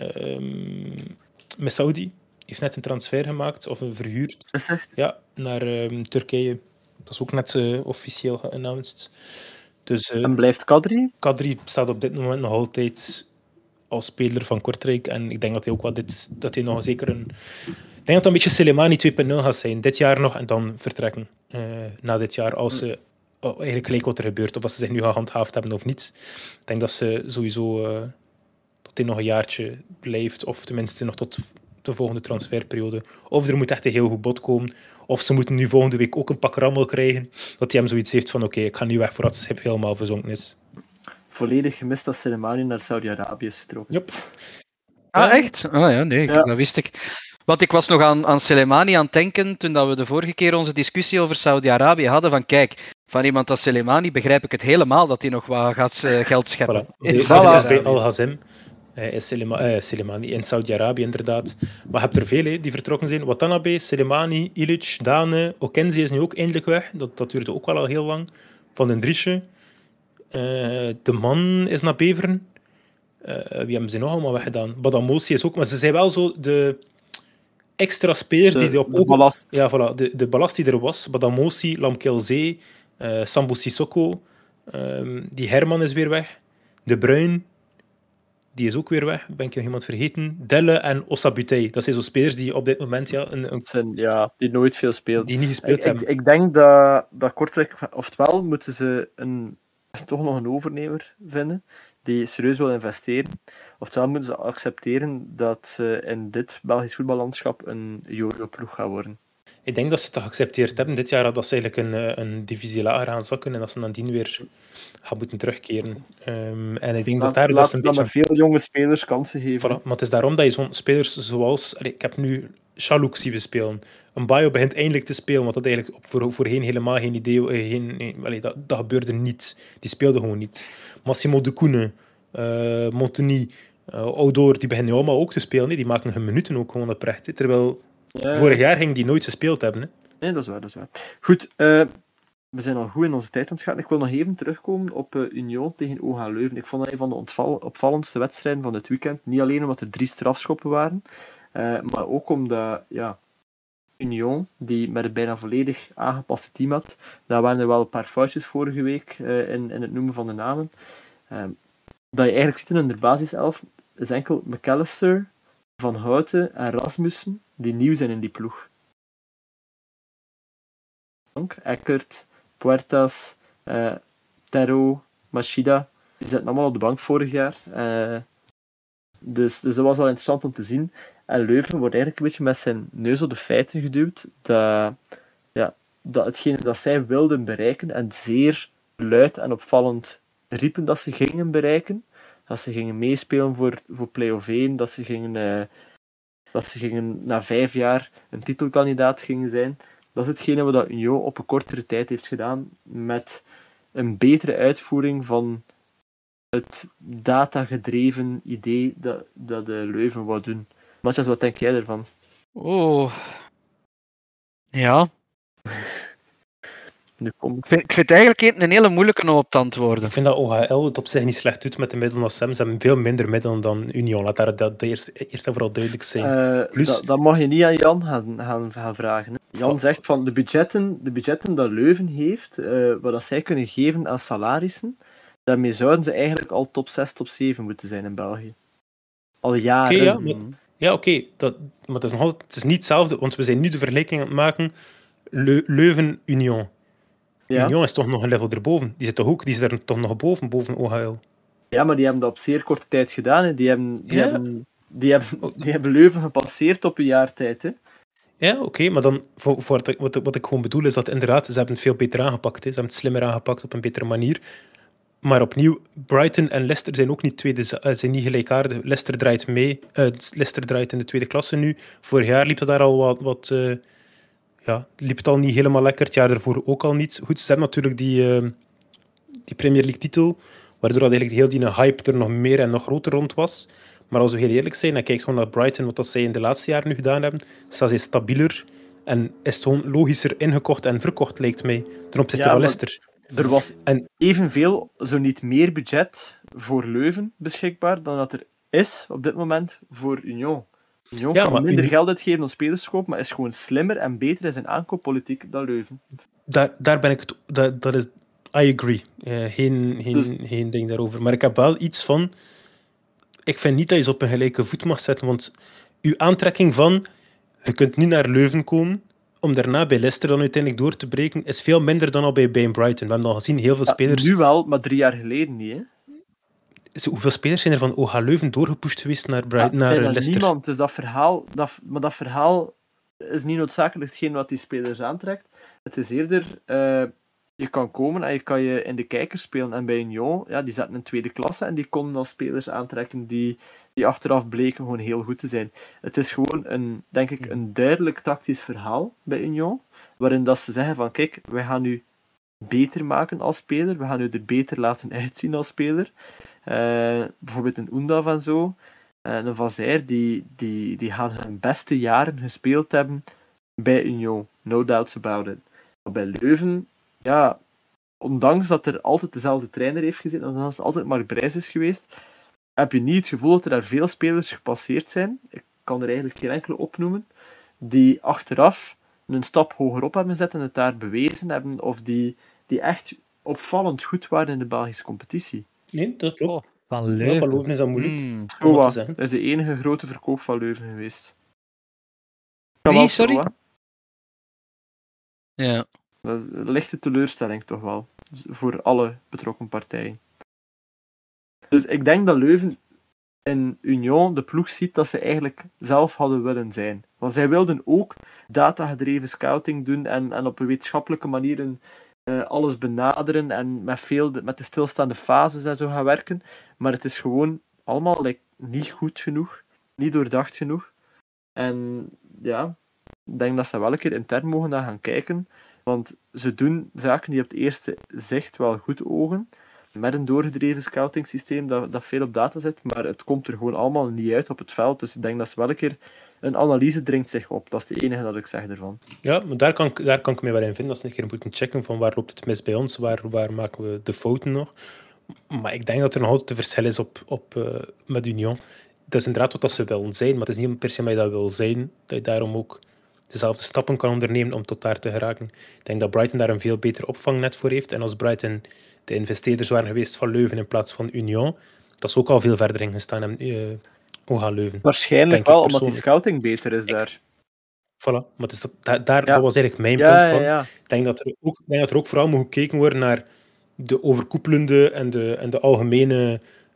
Um, Messaoudi heeft net een transfer gemaakt, of een verhuurd. Is echt? Ja, naar um, Turkije. Dat is ook net uh, officieel geannounced. Dus, uh, en blijft Kadri? Kadri staat op dit moment nog altijd als speler van Kortrijk. En ik denk dat hij ook wel dit, dat hij nog zeker een... Ik denk dat het een beetje Selemani twee punt nul gaat zijn. Dit jaar nog en dan vertrekken. Uh, na dit jaar, als ze... Oh, eigenlijk gelijk wat er gebeurt, of als ze zich nu gehandhaafd hebben of niet. Ik denk dat ze sowieso uh, dat hij nog een jaartje blijft, of tenminste nog tot de volgende transferperiode. Of er moet echt een heel goed bod komen, of ze moeten nu volgende week ook een pak rammel krijgen, dat hij hem zoiets heeft van oké, okay, ik ga nu weg voordat het schip helemaal verzonken is. Volledig gemist dat Selemani naar Saudi-Arabië is vertrokken. Yep. Ah, ja. Echt? Oh ja, nee, ja. dat wist ik. Want ik was nog aan, aan Selemani aan het denken toen dat we de vorige keer onze discussie over Saudi-Arabië hadden. Van kijk, van iemand als Selemani begrijp ik het helemaal dat hij nog wat gaat uh, geld scheppen. Voilà. In Saudi-Arabië. Bij Al-Hazem uh, is Selema, uh, Selemani in Saudi-Arabië inderdaad. Maar je hebt er veel he, die vertrokken zijn. Watanabe, Selemani, Illich, Dane, Okenzie is nu ook eindelijk weg. Dat, dat duurde ook wel al heel lang. Van den Driesche. Uh, de man is naar Beveren. Uh, wie hebben ze nog allemaal weggedaan? Badamosi is ook, maar ze zijn wel zo de extra spelers die de, op de ballast. Ja, voilà, de, de ballast die er was. Badamosi, Lamkelzee, uh, Sambo Sissoko, um, die Herman is weer weg. De Bruin, die is ook weer weg. Ben ik nog iemand vergeten? Delle en Ossabutey. Dat zijn zo spelers die op dit moment ja, een, een... Zijn, ja, die nooit veel spelen. Die niet gespeeld ik, hebben. Ik, ik denk dat, dat Kortrijk, oftewel moeten ze een, toch nog een overnemer vinden die serieus wil investeren. Oftewel moeten ze accepteren dat ze in dit Belgisch voetballandschap een jojo-ploeg gaan worden. Ik denk dat ze het geaccepteerd hebben dit jaar, dat ze eigenlijk een, een divisie lager gaan zakken en dat ze nadien weer gaan moeten terugkeren. Um, en ik denk laat, dat daar... Laat ze dan beetje... maar veel jonge spelers kansen geven. Voilà, maar het is daarom dat je zo'n spelers zoals... Allee, ik heb nu Chalouk zien we spelen. Een Bayo begint eindelijk te spelen, want dat eigenlijk op voor, voorheen helemaal geen idee... Geen, nee, allee, dat, dat gebeurde niet. Die speelde gewoon niet. Massimo de Koene, uh, Montagny, uh, Oudor, die beginnen allemaal ook te spelen. Nee, die maken hun minuten ook gewoon oprecht. Hè, terwijl... Ja. Vorig jaar ging die nooit gespeeld hebben. Hè? Nee, dat is waar, dat is waar. Goed, uh, we zijn al goed in onze tijd aan het gaan. Ik wil nog even terugkomen op uh, Union tegen O H Leuven. Ik vond dat een van de ontval- opvallendste wedstrijden van het weekend. Niet alleen omdat er drie strafschoppen waren, uh, maar ook omdat ja, Union, die met een bijna volledig aangepaste team had, daar waren er wel een paar foutjes vorige week uh, in, in het noemen van de namen. Uh, dat je eigenlijk ziet in de basiself is enkel McAllister, Van Houten en Rasmussen die nieuw zijn in die ploeg. Eckert, Puertas, uh, Terro, Machida, die zitten allemaal op de bank vorig jaar. Uh, dus, dus dat was wel interessant om te zien. En Leuven wordt eigenlijk een beetje met zijn neus op de feiten geduwd dat, ja, dat hetgene dat zij wilden bereiken en zeer luid en opvallend riepen dat ze gingen bereiken, dat ze gingen meespelen voor, voor play-off één, dat ze gingen... Uh, dat ze gingen na vijf jaar een titelkandidaat gingen zijn. Dat is hetgene wat Union op een kortere tijd heeft gedaan met een betere uitvoering van het datagedreven idee dat, dat de Leuven wou doen. Matthias, wat denk jij ervan? Oh. Ja. Nu kom. Ik, vind, ik vind het eigenlijk een hele moeilijke om op te antwoorden. Ik vind dat O H L het op zich niet slecht doet met de middelen als Sam. Ze hebben veel minder middelen dan Union. Laat daar dat eerst, eerst en vooral duidelijk zijn. Uh, Plus... dat, dat mag je niet aan Jan gaan, gaan, gaan vragen. Hè. Jan oh. zegt van de budgetten, de budgetten dat Leuven heeft, uh, wat dat zij kunnen geven aan salarissen, daarmee zouden ze eigenlijk al top zes, top zeven moeten zijn in België. Al jaren. Okay, ja, maar, ja oké. Okay. Maar het is, nog altijd, het is niet hetzelfde, want we zijn nu de vergelijking aan het maken Le, Leuven-Union. Ja. Union is toch nog een level erboven. Die zit toch ook, die zit er toch nog boven, boven O H L. Ja, maar die hebben dat op zeer korte tijd gedaan. Hè. Die, hebben, die, Ja. hebben, die, hebben, die hebben Leuven gepasseerd op een jaar tijd. Hè. Ja, oké, okay, maar dan, voor, voor wat, wat, wat ik gewoon bedoel, is dat inderdaad, ze hebben het veel beter aangepakt. Hè. Ze hebben het slimmer aangepakt op een betere manier. Maar opnieuw, Brighton en Leicester zijn ook niet, tweede, uh, zijn niet gelijkaardig. Leicester draait mee, uh, Leicester draait in de tweede klasse nu. Vorig jaar liep het daar al wat... wat uh, ja, liep het al niet helemaal lekker. Het jaar daarvoor ook al niet. Goed, ze hebben natuurlijk die, uh, die Premier League titel, waardoor dat eigenlijk heel die hype er nog meer en nog groter rond was. Maar als we heel eerlijk zijn, en kijk gewoon naar Brighton, wat dat zij in de laatste jaren nu gedaan hebben, staan zij stabieler en is het gewoon logischer ingekocht en verkocht, lijkt mij, ten opzichte Ja, van maar Leicester. Er was En evenveel, zo niet meer budget voor Leuven beschikbaar dan dat er is op dit moment voor Union. Union Ja, kan maar minder Uni- geld uitgeven om spelers te kopen, maar is gewoon slimmer en beter in zijn aankooppolitiek dan Leuven. daar, daar ben ik het... Dat, dat is, I agree. Eh, geen, geen, Dus- geen ding daarover. Maar ik heb wel iets van... Ik vind niet dat je ze op een gelijke voet mag zetten, want uw aantrekking van... Je kunt nu naar Leuven komen, om daarna bij Leicester dan uiteindelijk door te breken, is veel minder dan al bij, bij Brighton. We hebben al gezien, heel veel Ja, spelers... nu wel, maar drie jaar geleden niet. Hè? Zo, Hoeveel spelers zijn er van O H Leuven doorgepusht geweest naar, Brighton, Ja, naar bijna eh, Leicester? niemand. Dus dat verhaal, dat, maar dat verhaal is niet noodzakelijk hetgeen wat die spelers aantrekt. Het is eerder, uh, je kan komen en je kan je in de kijker spelen. En bij Union, ja, die zaten in tweede klasse en die konden al spelers aantrekken die, die achteraf bleken gewoon heel goed te zijn. Het is gewoon een, denk ik, een duidelijk tactisch verhaal bij Union, waarin dat ze zeggen van, kijk, wij gaan u beter maken als speler, we gaan u er beter laten uitzien als speler. Uh, bijvoorbeeld een Undav en zo. En een Van Zijr, die, die, die gaan hun beste jaren gespeeld hebben bij Union. No doubts about it. Maar bij Leuven, ja, ondanks dat er altijd dezelfde trainer heeft gezeten, ondanks dat het altijd Mark Brijs is geweest, heb je niet het gevoel dat er daar veel spelers gepasseerd zijn. Ik kan er eigenlijk geen enkele opnoemen, die achteraf een stap hoger op hebben gezet en het daar bewezen hebben, of die, die echt opvallend goed waren in de Belgische competitie. Nee, dat klopt. Oh, van Ja, Leuven. van Leuven is dat moeilijk. Hmm. om dat te Soa, zeggen. dat is de enige grote verkoop van Leuven geweest. Wie, Kamal sorry? Soa. Ja. Dat is een lichte teleurstelling toch wel, voor alle betrokken partijen. Dus ik denk dat Leuven in Union de ploeg ziet dat ze eigenlijk zelf hadden willen zijn. Want zij wilden ook datagedreven scouting doen en, en op een wetenschappelijke manier een, uh, alles benaderen en met, veel de, met de stilstaande fases en zo gaan werken. Maar het is gewoon allemaal like, niet goed genoeg, niet doordacht genoeg. En ja, ik denk dat ze wel een keer intern mogen naar gaan kijken. Want ze doen zaken die op het eerste zicht wel goed ogen, met een doorgedreven scouting systeem dat, dat veel op data zit, maar het komt er gewoon allemaal niet uit op het veld. Dus ik denk dat ze wel een keer... Een analyse dringt zich op. Dat is het enige dat ik zeg ervan. Ja, maar daar kan, ik, daar kan ik me wel in vinden. Dat ze een keer moeten checken van waar loopt het mis bij ons, waar, waar maken we de fouten nog. Maar ik denk dat er nog altijd een verschil is op, op, uh, met Union. Dat is inderdaad wat dat ze willen zijn, maar het is niet per se dat je dat wil zijn, dat je daarom ook dezelfde stappen kan ondernemen om tot daar te geraken. Ik denk dat Brighton daar een veel beter opvangnet voor heeft. En als Brighton de investeerders waren geweest van Leuven in plaats van Union, dat ze ook al veel verder in gestaan hebben. Uh, O H Leuven. Waarschijnlijk wel, omdat die scouting beter is daar. Voilà, maar dus dat, daar, daar, ja. dat was eigenlijk mijn ja, punt van. Ja, ja. Ik denk dat, er ook, ik denk dat er ook vooral moet gekeken worden naar de overkoepelende en de, en de algemene...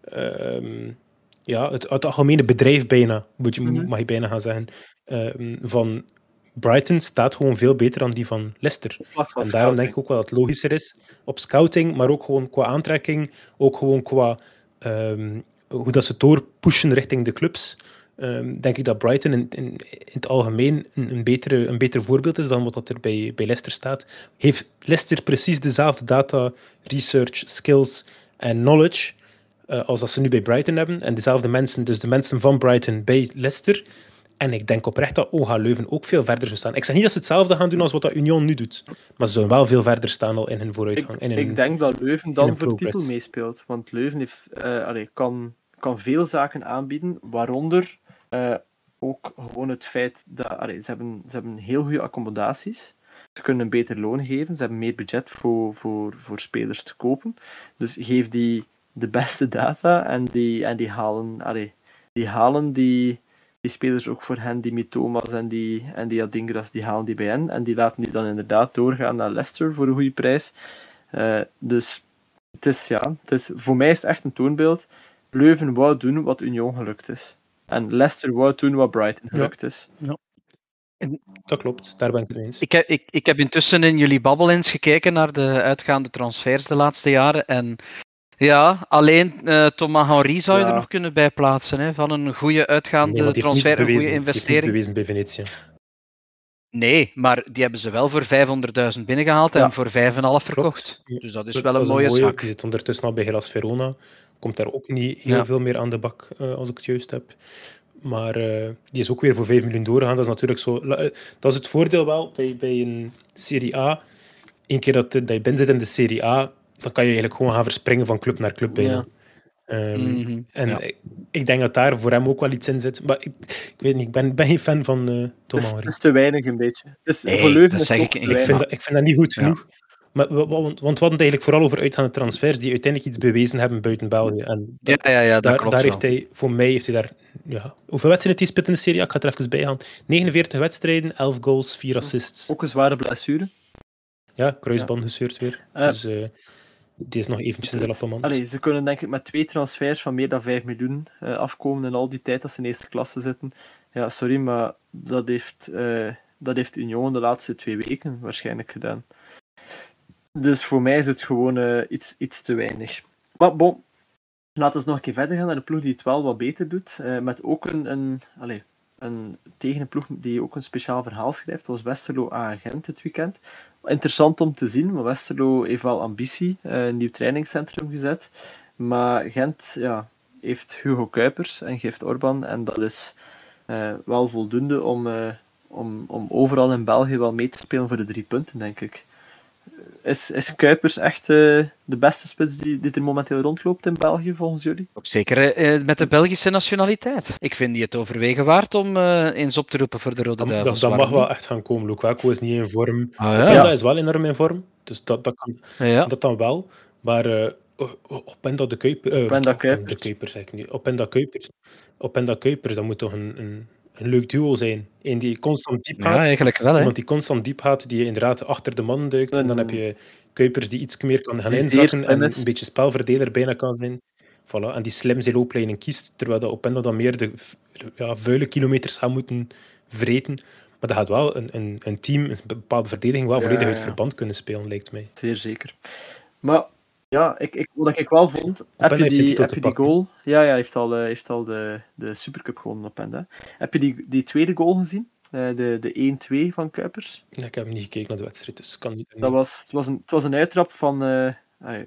Uh, ja, het, het algemene bedrijf bijna, moet je, mm-hmm. mag je bijna gaan zeggen, uh, van Brighton staat gewoon veel beter dan die van Leicester. En daarom scouting. Denk ik ook wel dat het logischer is op scouting, maar ook gewoon qua aantrekking, ook gewoon qua um, hoe dat ze doorpushen richting de clubs. Um, denk ik dat Brighton in, in, in het algemeen een, een, betere, een beter voorbeeld is dan wat dat er bij, bij Leicester staat. Heeft Leicester precies dezelfde data, research, skills en knowledge uh, als dat ze nu bij Brighton hebben. En dezelfde mensen, dus de mensen van Brighton bij Leicester. En ik denk oprecht dat O H Leuven ook veel verder zou staan. Ik zeg niet dat ze hetzelfde gaan doen als wat dat Union nu doet. Maar ze zullen wel veel verder staan al in hun vooruitgang. Ik, in hun, ik denk dat Leuven dan voor de progress. titel meespeelt. Want Leuven heeft, uh, allee, kan, kan veel zaken aanbieden, waaronder uh, ook gewoon het feit dat allee, ze, hebben, ze hebben heel goede accommodaties. Ze kunnen een beter loon geven. Ze hebben meer budget voor, voor, voor spelers te kopen. Dus geef die de beste data en die, en die halen, allee, die, halen die, die spelers ook voor hen, die Mitomas en die, en die Adingras, die halen die bij hen. En die laten die dan inderdaad doorgaan naar Leicester voor een goede prijs. Uh, dus het is, ja, het is, voor mij is het echt een toonbeeld. Leuven wou doen wat Union gelukt is. En Leicester wou doen wat Brighton gelukt ja. is. Ja. Dat klopt, daar ben ik het eens. Ik heb, ik, ik heb intussen in jullie babbel eens gekeken naar de uitgaande transfers de laatste jaren. En ja, alleen uh, Thomas Henry zou je ja. er nog kunnen bijplaatsen. Hè, van een goede uitgaande nee, transfer, een goede investering. Die heeft niets bewezen bij Venetië. Nee, maar die hebben ze wel voor vijfhonderdduizend binnengehaald ja. en voor vijf komma vijf verkocht. Klopt. Dus dat is dat, wel dat een is mooie, een mooie zaak. Die zit ondertussen al bij Hellas Verona. Komt daar ook niet heel ja. veel meer aan de bak, uh, als ik het juist heb. Maar uh, die is ook weer voor vijf miljoen doorgegaan. Dat is natuurlijk zo... Dat is het voordeel wel bij, bij een Serie A. Eén keer dat, dat je binnen zit in de Serie A, dan kan je eigenlijk gewoon gaan verspringen van club naar club bijna. Ja. Um, mm-hmm, en ja. ik, ik denk dat daar voor hem ook wel iets in zit. Maar ik, ik weet niet, ik ben, ben geen fan van uh, Thomas Henry. Het is te weinig een beetje. Dus nee, voor Leuven is het ook ik, te ik, vind dat, ik vind dat niet goed genoeg. Ja. Maar, want, want we hadden het eigenlijk vooral over uitgaande transfers die uiteindelijk iets bewezen hebben buiten België. En dat, ja, ja, ja, dat daar, klopt daar wel. heeft hij, voor mij heeft hij daar... Ja, hoeveel wedstrijden heeft hij gespeeld in de Serie A? Ik ga het er even bij gaan. negenenveertig wedstrijden, elf goals, vier assists. Ook een zware blessure. Ja, kruisband ja. gescheurd weer. Uh, dus uh, die is nog eventjes in de lappemand. Allee, ze kunnen denk ik met twee transfers van meer dan vijf miljoen uh, afkomen in al die tijd dat ze in eerste klasse zitten. Ja, sorry, maar dat heeft, uh, dat heeft Union de laatste twee weken waarschijnlijk gedaan. Dus voor mij is het gewoon uh, iets, iets te weinig. Maar bon, laten we nog een keer verder gaan naar de ploeg die het wel wat beter doet. Uh, met ook een, een, allez, een tegen een ploeg die ook een speciaal verhaal schrijft. Dat was Westerlo aan Gent dit weekend. Interessant om te zien, maar Westerlo heeft wel ambitie. Uh, een nieuw trainingscentrum gezet. Maar Gent ja, heeft Hugo Kuipers en geeft Orban. En dat is uh, wel voldoende om, uh, om, om overal in België wel mee te spelen voor de drie punten, denk ik. Is, is Kuipers echt uh, de beste spits die, die er momenteel rondloopt in België, volgens jullie? Ook zeker uh, met de Belgische nationaliteit. Ik vind die het overwegen waard om uh, eens op te roepen voor de Rode Duivels. Dat, dat mag wel echt gaan komen. Lukaku is niet in vorm. Ah, ja. Openda is wel enorm in vorm. Dus dat, dat kan ja. dat dan wel. Maar uh, Openda de Kuipers... Uh, Openda Kuipers. De Kuipers, zeg ik niet. Openda Kuipers. Openda Kuipers, dat moet toch een... een een leuk duo zijn. Eén die constant diep gaat. Ja, eigenlijk wel, hè. Iemand die constant diep gaat, die inderdaad achter de man duikt. En, en dan heb je Kuipers die iets meer kan gaan die inzakken en een beetje spelverdeler bijna kan zijn. Voilà. En die slim zijn looplijnen kiest, terwijl dat Openda dan meer de ja, vuile kilometers gaat moeten vreten. Maar dat gaat wel een, een, een team, een bepaalde verdediging, wel ja, volledig uit ja. verband kunnen spelen, lijkt mij. Zeer zeker. Maar... Ja, ik, ik, wat ik wel vond, heb je die, heb je die goal... Ja, ja, hij heeft al, uh, heeft al de, de Supercup gewonnen op Ende. Heb je die, die tweede goal gezien? Uh, de de één-twee van Kuipers? Ja, ik heb niet gekeken naar de wedstrijd, dus kan niet... Dat was, het, was een, het was een uittrap van... Uh, uh,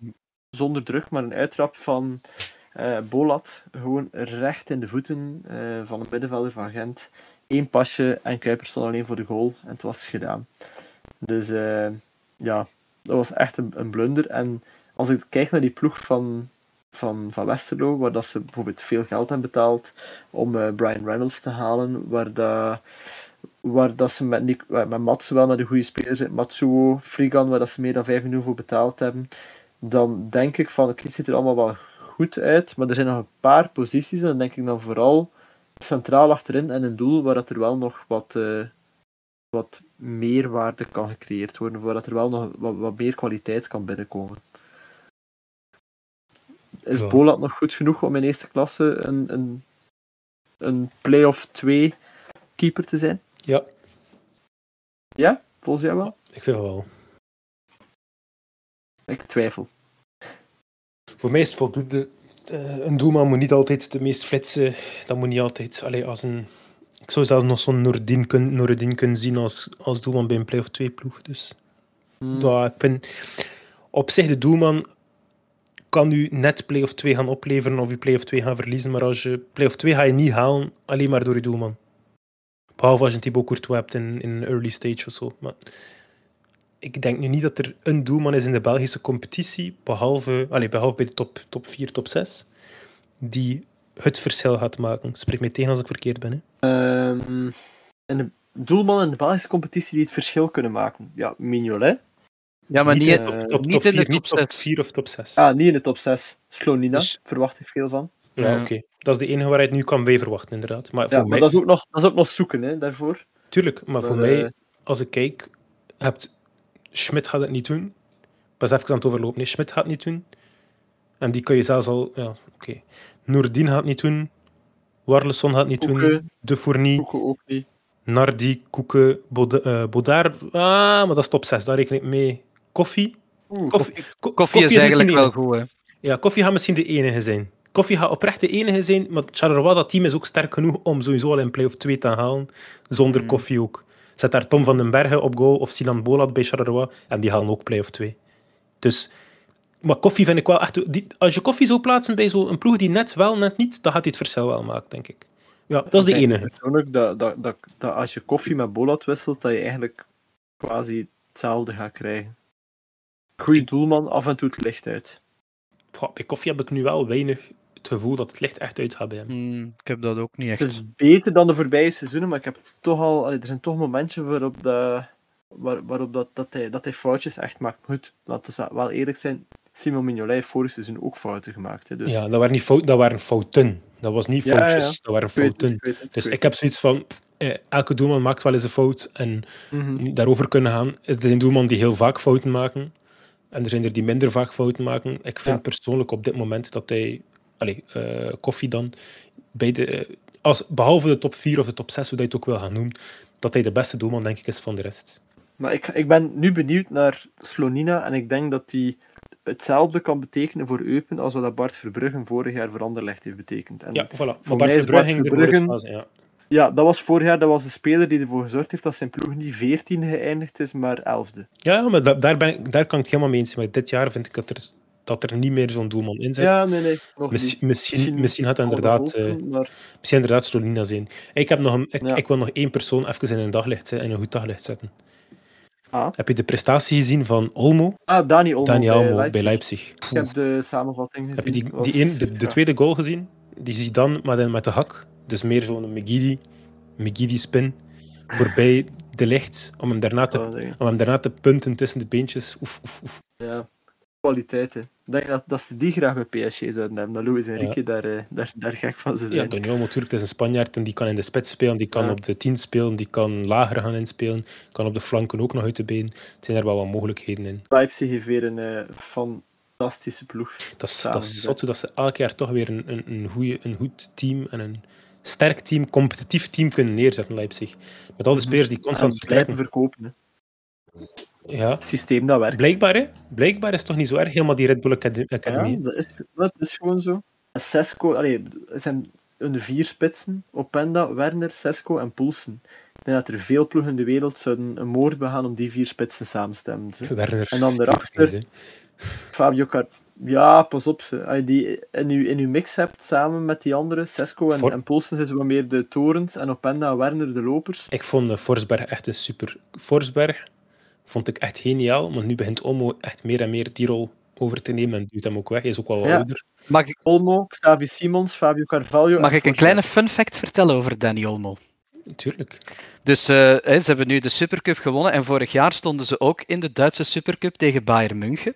zonder druk, maar een uittrap van uh, Bolat. Gewoon recht in de voeten uh, van het middenvelder van Gent. Eén pasje en Kuipers stond alleen voor de goal. En het was gedaan. Dus uh, ja, dat was echt een, een blunder. En... Als ik kijk naar die ploeg van, van, van Westerlo, waar dat ze bijvoorbeeld veel geld hebben betaald om uh, Brian Reynolds te halen, waar, dat, waar dat ze met, Nick, met Matsu wel naar de goede spelers zitten, Matsuo, Frigan, waar dat ze meer dan vijf miljoen voor betaald hebben, dan denk ik van, oké, het ziet er allemaal wel goed uit, maar er zijn nog een paar posities, en dan denk ik dan vooral centraal achterin en een doel waar dat er wel nog wat... Uh, wat meerwaarde kan gecreëerd worden, waar dat er wel nog wat, wat meer kwaliteit kan binnenkomen. Is ja. Bolat nog goed genoeg om in eerste klasse een, een, een play-off twee keeper te zijn? Ja. Ja? Volgens jou wel? Ik vind wel. Ik twijfel. Voor mij is het voldoende. Uh, een doelman moet niet altijd de meest flitsen. Dat moet niet altijd... Allee, als een... Ik zou zelfs nog zo'n Noordin kun, Noordin kunnen zien als, als doelman bij een play-off twee ploeg. Dus hmm. dat, ik vind... Op zich, de doelman... kan u net play-off twee gaan opleveren of u play-off twee gaan verliezen, maar als je play-off twee ga je niet halen, alleen maar door je doelman. Behalve als je een Thibaut Courtois hebt in, in een early stage of zo. Maar ik denk nu niet dat er een doelman is in de Belgische competitie, behalve, allez, behalve bij de top, top vier, top zes, die het verschil gaat maken. Spreek mij tegen als ik verkeerd ben. Hè. Um, en de doelman in de Belgische competitie die het verschil kunnen maken? Ja, Mignolet. Ja, maar niet, niet, uh, top, top, niet top in de vier, top niet zes. top vier of top zes. Ah, niet in de top zes. Slonina, dus... verwacht ik veel van. Ja, Ja. oké. Okay. Dat is de enige waar je het nu kan bij verwachten, inderdaad. Maar, Ja, voor maar mij... dat, is ook nog, dat is ook nog zoeken, hè, daarvoor. Tuurlijk, maar, Maar, voor uh... mij, als ik kijk, hebt... Schmidt gaat het niet doen. Pas even aan het overlopen. Nee, Schmidt gaat het niet doen. En die kun je zelfs al... Ja, oké. Okay. Noordin gaat het niet doen. Warleson gaat het niet Koeken. doen. De Fournie. Koeken ook niet. Nardi, Koeken, Bod- uh, Bodaar. Ah, maar dat is top zes. Daar reken ik mee. Koffie. Oeh, Koffie, koffie, ko- koffie is, is eigenlijk wel goed, hè. Ja, Koffie gaat misschien de enige zijn. Koffie gaat oprecht de enige zijn, maar Charleroi, dat team is ook sterk genoeg om sowieso al in play-off twee te halen. Zonder mm. Koffie ook. Zet daar Tom van den Bergen op goal of Sinan Bolat bij Charleroi en die halen ook play-off twee. Dus, maar Koffie vind ik wel echt... Die, als je Koffie zou plaatsen bij zo'n ploeg die net wel, net niet, dan gaat hij het verschil wel maken, denk ik. Ja, dat is de enige. Persoonlijk dat, dat, dat, dat als je Koffie met Bolat wisselt, dat je eigenlijk quasi hetzelfde gaat krijgen. Goeie doelman, af en toe het licht uit. Goh, bij Koffie heb ik nu wel weinig het gevoel dat het licht echt uit gaat bij hem. Mm, ik heb dat ook niet echt. Het is beter dan de voorbije seizoenen, maar ik heb toch al... Allee, er zijn toch momentjes waarop, de, waar, waarop dat, dat, hij, dat hij foutjes echt maakt. Goed, laten we wel eerlijk zijn. Simon Mignolet heeft vorig seizoen ook fouten gemaakt. Hè, dus... Ja, dat waren, niet fout, dat waren fouten. Dat was niet foutjes, ja, ja, ja. dat waren fouten. Ik weet het, ik weet het, dus ik, ik heb zoiets van... Eh, elke doelman maakt wel eens een fout. En mm-hmm. daarover kunnen gaan. Er zijn doelman die heel vaak fouten maken. En er zijn er die minder vaak fouten maken. Ik vind ja. persoonlijk op dit moment dat hij... Allee, uh, Koffie dan... Bij de, uh, als, behalve de top vier of de top zes, hoe dat je het ook wil gaan noemen, dat hij de beste doelman, denk ik, is van de rest. Maar ik, ik ben nu benieuwd naar Slonina. En ik denk dat hij hetzelfde kan betekenen voor Eupen als wat Bart Verbruggen vorig jaar voor Anderlecht heeft betekend. En ja, voilà. Voor maar Bart Verbruggen... Verbruggen was, ja. Ja, dat was vorig jaar dat was de speler die ervoor gezorgd heeft dat zijn ploeg niet veertiende geëindigd is, maar elfde. Ja, maar da- daar, ben ik, daar kan ik het helemaal mee eens zijn. Maar dit jaar vind ik dat er, dat er niet meer zo'n doelman in zit. Ja, nee, nee. Nog Miss, niet. Misschien, misschien, misschien gaat het inderdaad, open, uh, maar... misschien inderdaad Slonina zijn. Ik, heb nog een, ik, ja. ik wil nog één persoon even in een, daglicht, in een goed daglicht zetten. Ah. Heb je de prestatie gezien van Olmo? Ah, Dani Olmo, Dani Olmo bij Leipzig. Bij Leipzig. Ik heb de samenvatting gezien. Heb je die, die een, de, de tweede goal gezien? Die zie dan maar met de hak. Dus meer zo'n McGeady, McGeady spin voorbij de licht om hem daarna te, oh, om hem daarna te punten tussen de beentjes. Oef, oef, oef. Ja, kwaliteiten. Ik denk dat, dat ze die graag bij P S G zouden hebben. Dat Luis Enrique ja. daar, uh, daar, daar gek van zou zijn. Ja, Dani Olmo natuurlijk, het is een Spanjaard en die kan in de spits spelen, die kan ja. op de tien spelen, die kan lager gaan inspelen, kan op de flanken ook nog uit de been. Er zijn er wel wat mogelijkheden in. Leipzig heeft weer een uh, fantastische ploeg. Dat is, dat is zot, dat ze elk jaar toch weer een, een, een, goeie, een goed team en een sterk team, competitief team kunnen neerzetten, Leipzig. Met al die spelers die constant en vertrekken. verkopen. Hè. Ja. Het systeem dat werkt. Blijkbaar, hè? Blijkbaar is het toch niet zo erg, helemaal die Red Bull Academy. Ja, dat is, dat is gewoon zo. Sesco, allee, het zijn de vier spitsen, Openda, Werner, Sesco en Poulsen. Ik denk dat er veel ploegen in de wereld zouden een moord begaan om die vier spitsen samen te stemmen. Werner. En dan daarachter Fabio Car... Ja, pas op. Ze. Als je die in je, in je mix hebt samen met die andere, Sesco en, For... en Poulsen, zijn ze wat meer de torens en Openda en Werner de lopers. Ik vond uh, Forsberg echt een super... Forsberg vond ik echt geniaal, maar nu begint Olmo echt meer en meer die rol over te nemen en duwt hem ook weg. Hij is ook wel wat ja. ouder. Mag ik... Olmo, Xavi Simons, Fabio Carvalho... Mag ik een kleine fun fact vertellen over Dani Olmo? Tuurlijk. Dus uh, ze hebben nu de Supercup gewonnen en vorig jaar stonden ze ook in de Duitse Supercup tegen Bayern München.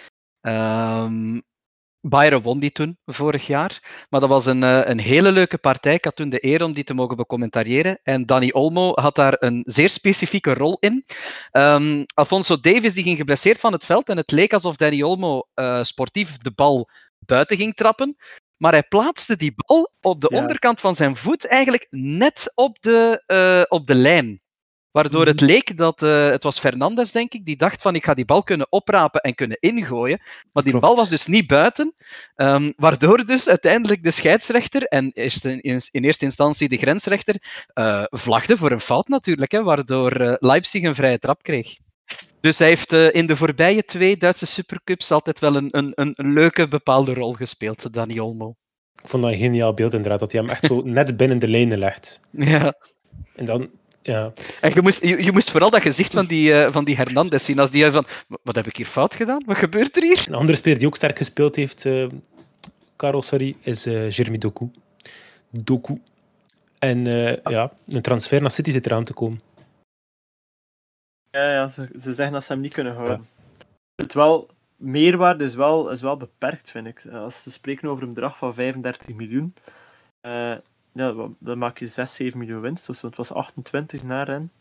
Um, Bayern won die toen, vorig jaar. Maar dat was een, uh, een hele leuke partij. Ik had toen de eer om die te mogen becommentariëren. En Dani Olmo had daar een zeer specifieke rol in. Um, Alphonso Davies die ging geblesseerd van het veld. En het leek alsof Dani Olmo uh, sportief de bal buiten ging trappen. Maar hij plaatste die bal op de ja. onderkant van zijn voet eigenlijk net op de, uh, op de lijn. Waardoor het leek dat, uh, het was Fernandes denk ik, die dacht van ik ga die bal kunnen oprapen en kunnen ingooien. Maar die Klopt. bal was dus niet buiten. Um, waardoor dus uiteindelijk de scheidsrechter en in, in, in eerste instantie de grensrechter uh, vlagde voor een fout natuurlijk. Hè, waardoor uh, Leipzig een vrije trap kreeg. Dus hij heeft uh, in de voorbije twee Duitse Supercups altijd wel een, een, een, een leuke bepaalde rol gespeeld, Dani Olmo. Ik vond dat een geniaal beeld inderdaad, dat hij hem echt zo net binnen de lijnen legt. Ja. En dan... Ja. En je moest, je, je moest vooral dat gezicht van die, uh, van die Hernandez zien. Als die uh, van, wat heb ik hier fout gedaan? Wat gebeurt er hier? Een andere speler die ook sterk gespeeld heeft, uh, Karel, sorry, is uh, Jeremy Doku. Doku. En uh, ja, een transfer naar City zit eraan te komen. Ja, ja ze, ze zeggen dat ze hem niet kunnen houden. Ja. Het wel, meerwaarde is wel, is wel beperkt, vind ik. Als ze spreken over een bedrag van vijfendertig miljoen, uh, ja, dan maak je zes, zeven miljoen winst. Dus het was achtentwintig na Ren.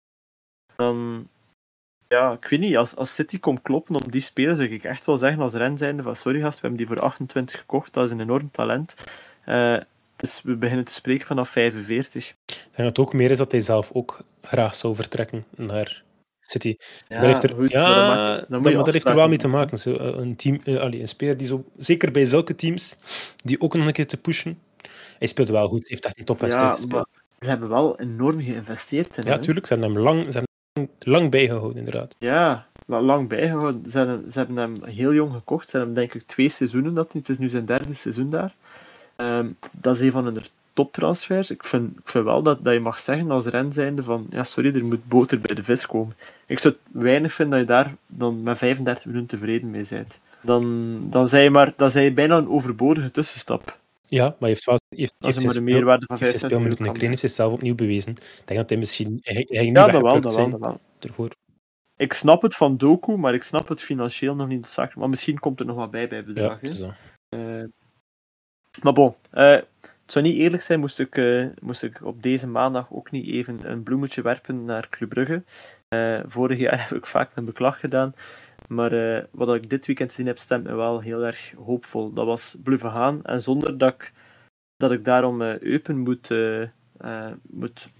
Dan, ja, ik weet niet, als, als City komt kloppen op die speler, zou ik echt wel zeggen als Ren zijnde van sorry gast, we hebben die voor achtentwintig gekocht, dat is een enorm talent. Uh, dus we beginnen te spreken vanaf vijfenveertig. Ik denk dat het ook meer is dat hij zelf ook graag zou vertrekken naar City. Ja, dat heeft er, goed, ja, maar, dat, maakt, dat, maar dat heeft er wel mee te maken. Zo, een, team, uh, allee, een speler die zo, zeker bij zulke teams, die ook nog een keer te pushen. Hij speelt wel goed, hij heeft echt een topwedstrijd ja, gespeeld. Ze hebben wel enorm geïnvesteerd in Ja, hem. tuurlijk. Ze hebben hem lang, ze hebben hem lang bijgehouden, inderdaad. Ja, lang bijgehouden. Ze hebben, ze hebben hem heel jong gekocht. Ze hebben denk ik twee seizoenen dat hij. Het is nu zijn derde seizoen daar. Um, dat is een van hun toptransfers. Ik vind, ik vind wel dat, dat je mag zeggen als Ren zijnde van ja, sorry, er moet boter bij de vis komen. Ik zou het weinig vinden dat je daar dan met vijfendertig minuten tevreden mee bent. Dan, dan zijn je maar dan zijn je bijna een overbodige tussenstap. Ja, maar hij heeft wel heeft, dat is heeft maar de meerwaarde van vijfenzestig speelminuten in Ukraine heeft zichzelf opnieuw bewezen. Ik denk dat hij misschien hij, hij niet ja, weggeplukt dat wel, dat zijn wel, dat wel. ervoor. Ik snap het van Doku, maar ik snap het financieel nog niet zakelijk. Maar misschien komt er nog wat bij bij bedrag. Ja, zo. Uh, maar bon, uh, het zou niet eerlijk zijn moest ik, uh, moest ik op deze maandag ook niet even een bloemetje werpen naar Club Brugge. Uh, vorig jaar heb ik vaak een beklag gedaan. Maar uh, wat ik dit weekend gezien heb, stemt me wel heel erg hoopvol. Dat was bluffen gaan. En zonder dat ik, dat ik daarom uh, Eupen moet, uh, uh, moet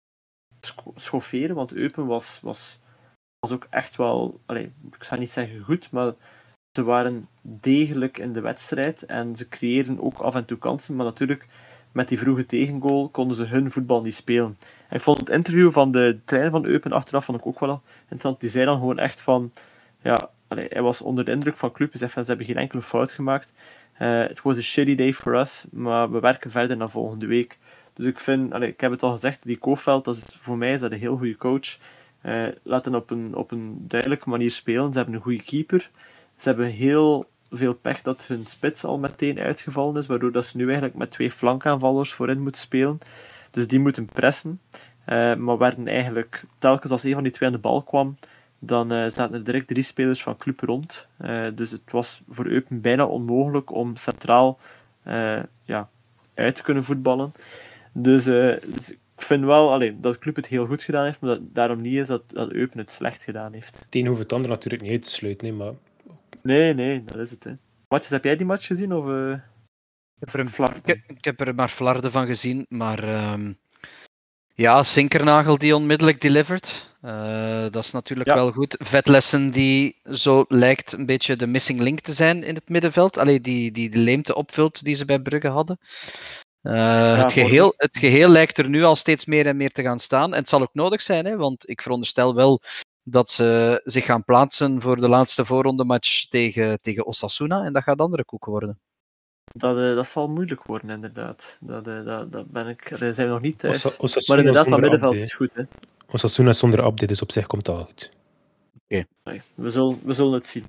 scho- schofferen. Want Eupen was, was, was ook echt wel... Allez, ik zou niet zeggen goed, maar ze waren degelijk in de wedstrijd. En ze creëerden ook af en toe kansen. Maar natuurlijk, met die vroege tegengoal konden ze hun voetbal niet spelen. En ik vond het interview van de trainer van Eupen achteraf vond ik ook wel interessant. Die zei dan gewoon echt van... Ja, allee, hij was onder de indruk van club. Hij zei van, ze hebben geen enkele fout gemaakt. Het uh, was a shitty day for us, maar we werken verder naar volgende week. Dus ik vind, allee, ik heb het al gezegd, die Kofeld, dat is, voor mij is dat een heel goede coach. Uh, laat hen op een, op een duidelijke manier spelen. Ze hebben een goede keeper. Ze hebben heel veel pech dat hun spits al meteen uitgevallen is, waardoor dat ze nu eigenlijk met twee flankaanvallers voorin moeten spelen. Dus die moeten pressen. Uh, maar werden eigenlijk, telkens als een van die twee aan de bal kwam, dan uh, zaten er direct drie spelers van club rond. Uh, dus het was voor Eupen bijna onmogelijk om centraal uh, ja, uit te kunnen voetballen. Dus, uh, dus ik vind wel allee, dat club het heel goed gedaan heeft, maar dat daarom niet is dat, dat Eupen het slecht gedaan heeft. Het een hoeft het ander natuurlijk niet uit te sluiten, nee, maar... Nee, nee, dat is het. Hè. Matjes, heb jij die match gezien? Of, uh, ik, heb er, ik, ik heb er maar flarden van gezien, maar... Um... Ja, Sinkernagel die onmiddellijk delivered. Uh, dat is natuurlijk ja. wel goed. Vetlessen die zo lijkt een beetje de missing link te zijn in het middenveld. Allee, die, die de leemte opvult die ze bij Brugge hadden. Uh, ja, het, geheel, het geheel lijkt er nu al steeds meer en meer te gaan staan. En het zal ook nodig zijn, hè, want ik veronderstel wel dat ze zich gaan plaatsen voor de laatste voorrondematch tegen, tegen Osasuna. En dat gaat andere koek worden. Dat, uh, dat zal moeilijk worden, inderdaad. Dat, uh, dat, dat ben ik, daar zijn we nog niet thuis. Osa, Osasuna maar inderdaad, dat middenveld update. is goed. Hè. Osasuna zonder update, dus op zich komt het al goed. Oké. Okay. We, zullen, we zullen het zien.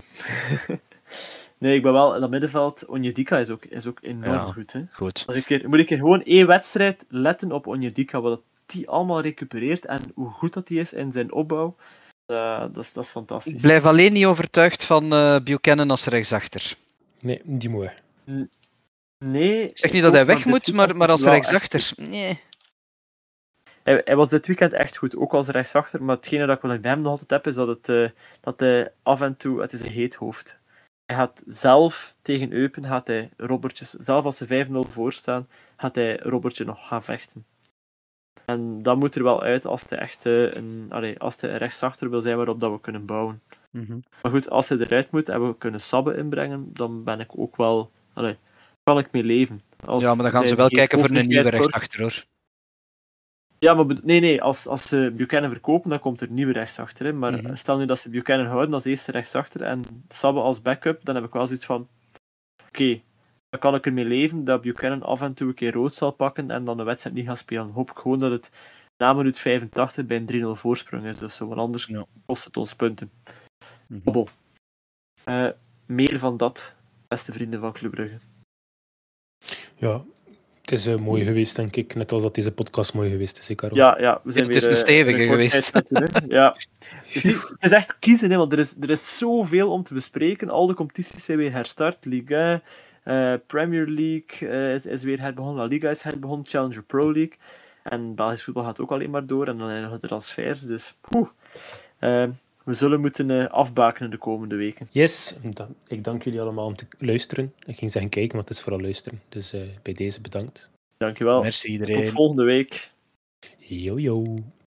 Nee, ik ben wel... In dat middenveld, Onyedika is ook, is ook enorm ja, goed. Hè. goed. Als ik er, moet ik er gewoon één wedstrijd letten op Onyedika, wat die allemaal recupereert en hoe goed dat die is in zijn opbouw. Uh, dat, is, dat is fantastisch. Ik blijf alleen niet overtuigd van uh, Buchanan als rechtsachter. Nee, die moet weg. Nee, ik zeg niet dat hij weg moet, maar, maar als rechtsachter. Nee. Hij, hij was dit weekend echt goed, ook als rechtsachter. Maar hetgene dat ik wel bij hem nog altijd heb, is dat, het, uh, dat hij af en toe... Het is een heet hoofd. Hij gaat zelf tegen Eupen, gaat hij Robertjes... Zelf als ze vijf nul voorstaan, gaat hij Robertje nog gaan vechten. En dat moet er wel uit als hij echt uh, een, allee, als hij een rechtsachter wil zijn waarop dat we kunnen bouwen. Mm-hmm. Maar goed, als hij eruit moet en we kunnen Sabbe inbrengen, dan ben ik ook wel... Allee, kan ik mee leven. Als ja, maar dan gaan ze wel kijken voor een nieuwe rechtsachter, hoor. Ja, maar nee, nee. Als, als ze Buchanan verkopen, dan komt er een nieuwe rechtsachter. Hè. Maar mm-hmm. stel nu dat ze Buchanan houden als eerste rechtsachter en Sabbe als backup, dan heb ik wel zoiets van... Oké, okay, dan kan ik ermee leven dat Buchanan af en toe een keer rood zal pakken en dan de wedstrijd niet gaat spelen. Hoop ik gewoon dat het na minuut vijfentachtig bij een drie nul voorsprong is of zo, want anders ja. kost het ons punten. Mm-hmm. Bon. Uh, meer van dat, beste vrienden van Club Brugge. Ja, Het is uh, mooi geweest, denk ik. Net als dat deze podcast mooi geweest is, Caro. Ja, ja, we zijn Het weer... is een uh, stevige geweest. Ja. Dus, zie, het is echt kiezen, hè, want er is, er is zoveel om te bespreken. Al de competities zijn weer herstart. Liga, uh, Premier League uh, is, is weer herbegonnen. La Liga is herbegonnen. Challenger Pro League. En Belgisch voetbal gaat ook alleen maar door. En dan zijn er nog de transfers. Dus poeh. Uh, we zullen moeten uh, afbakenen de komende weken. Yes, ik dank jullie allemaal om te luisteren. Ik ging zeggen kijken, maar het is vooral luisteren. Dus uh, bij deze bedankt. Dankjewel. Merci iedereen. Tot volgende week. Yo, yo.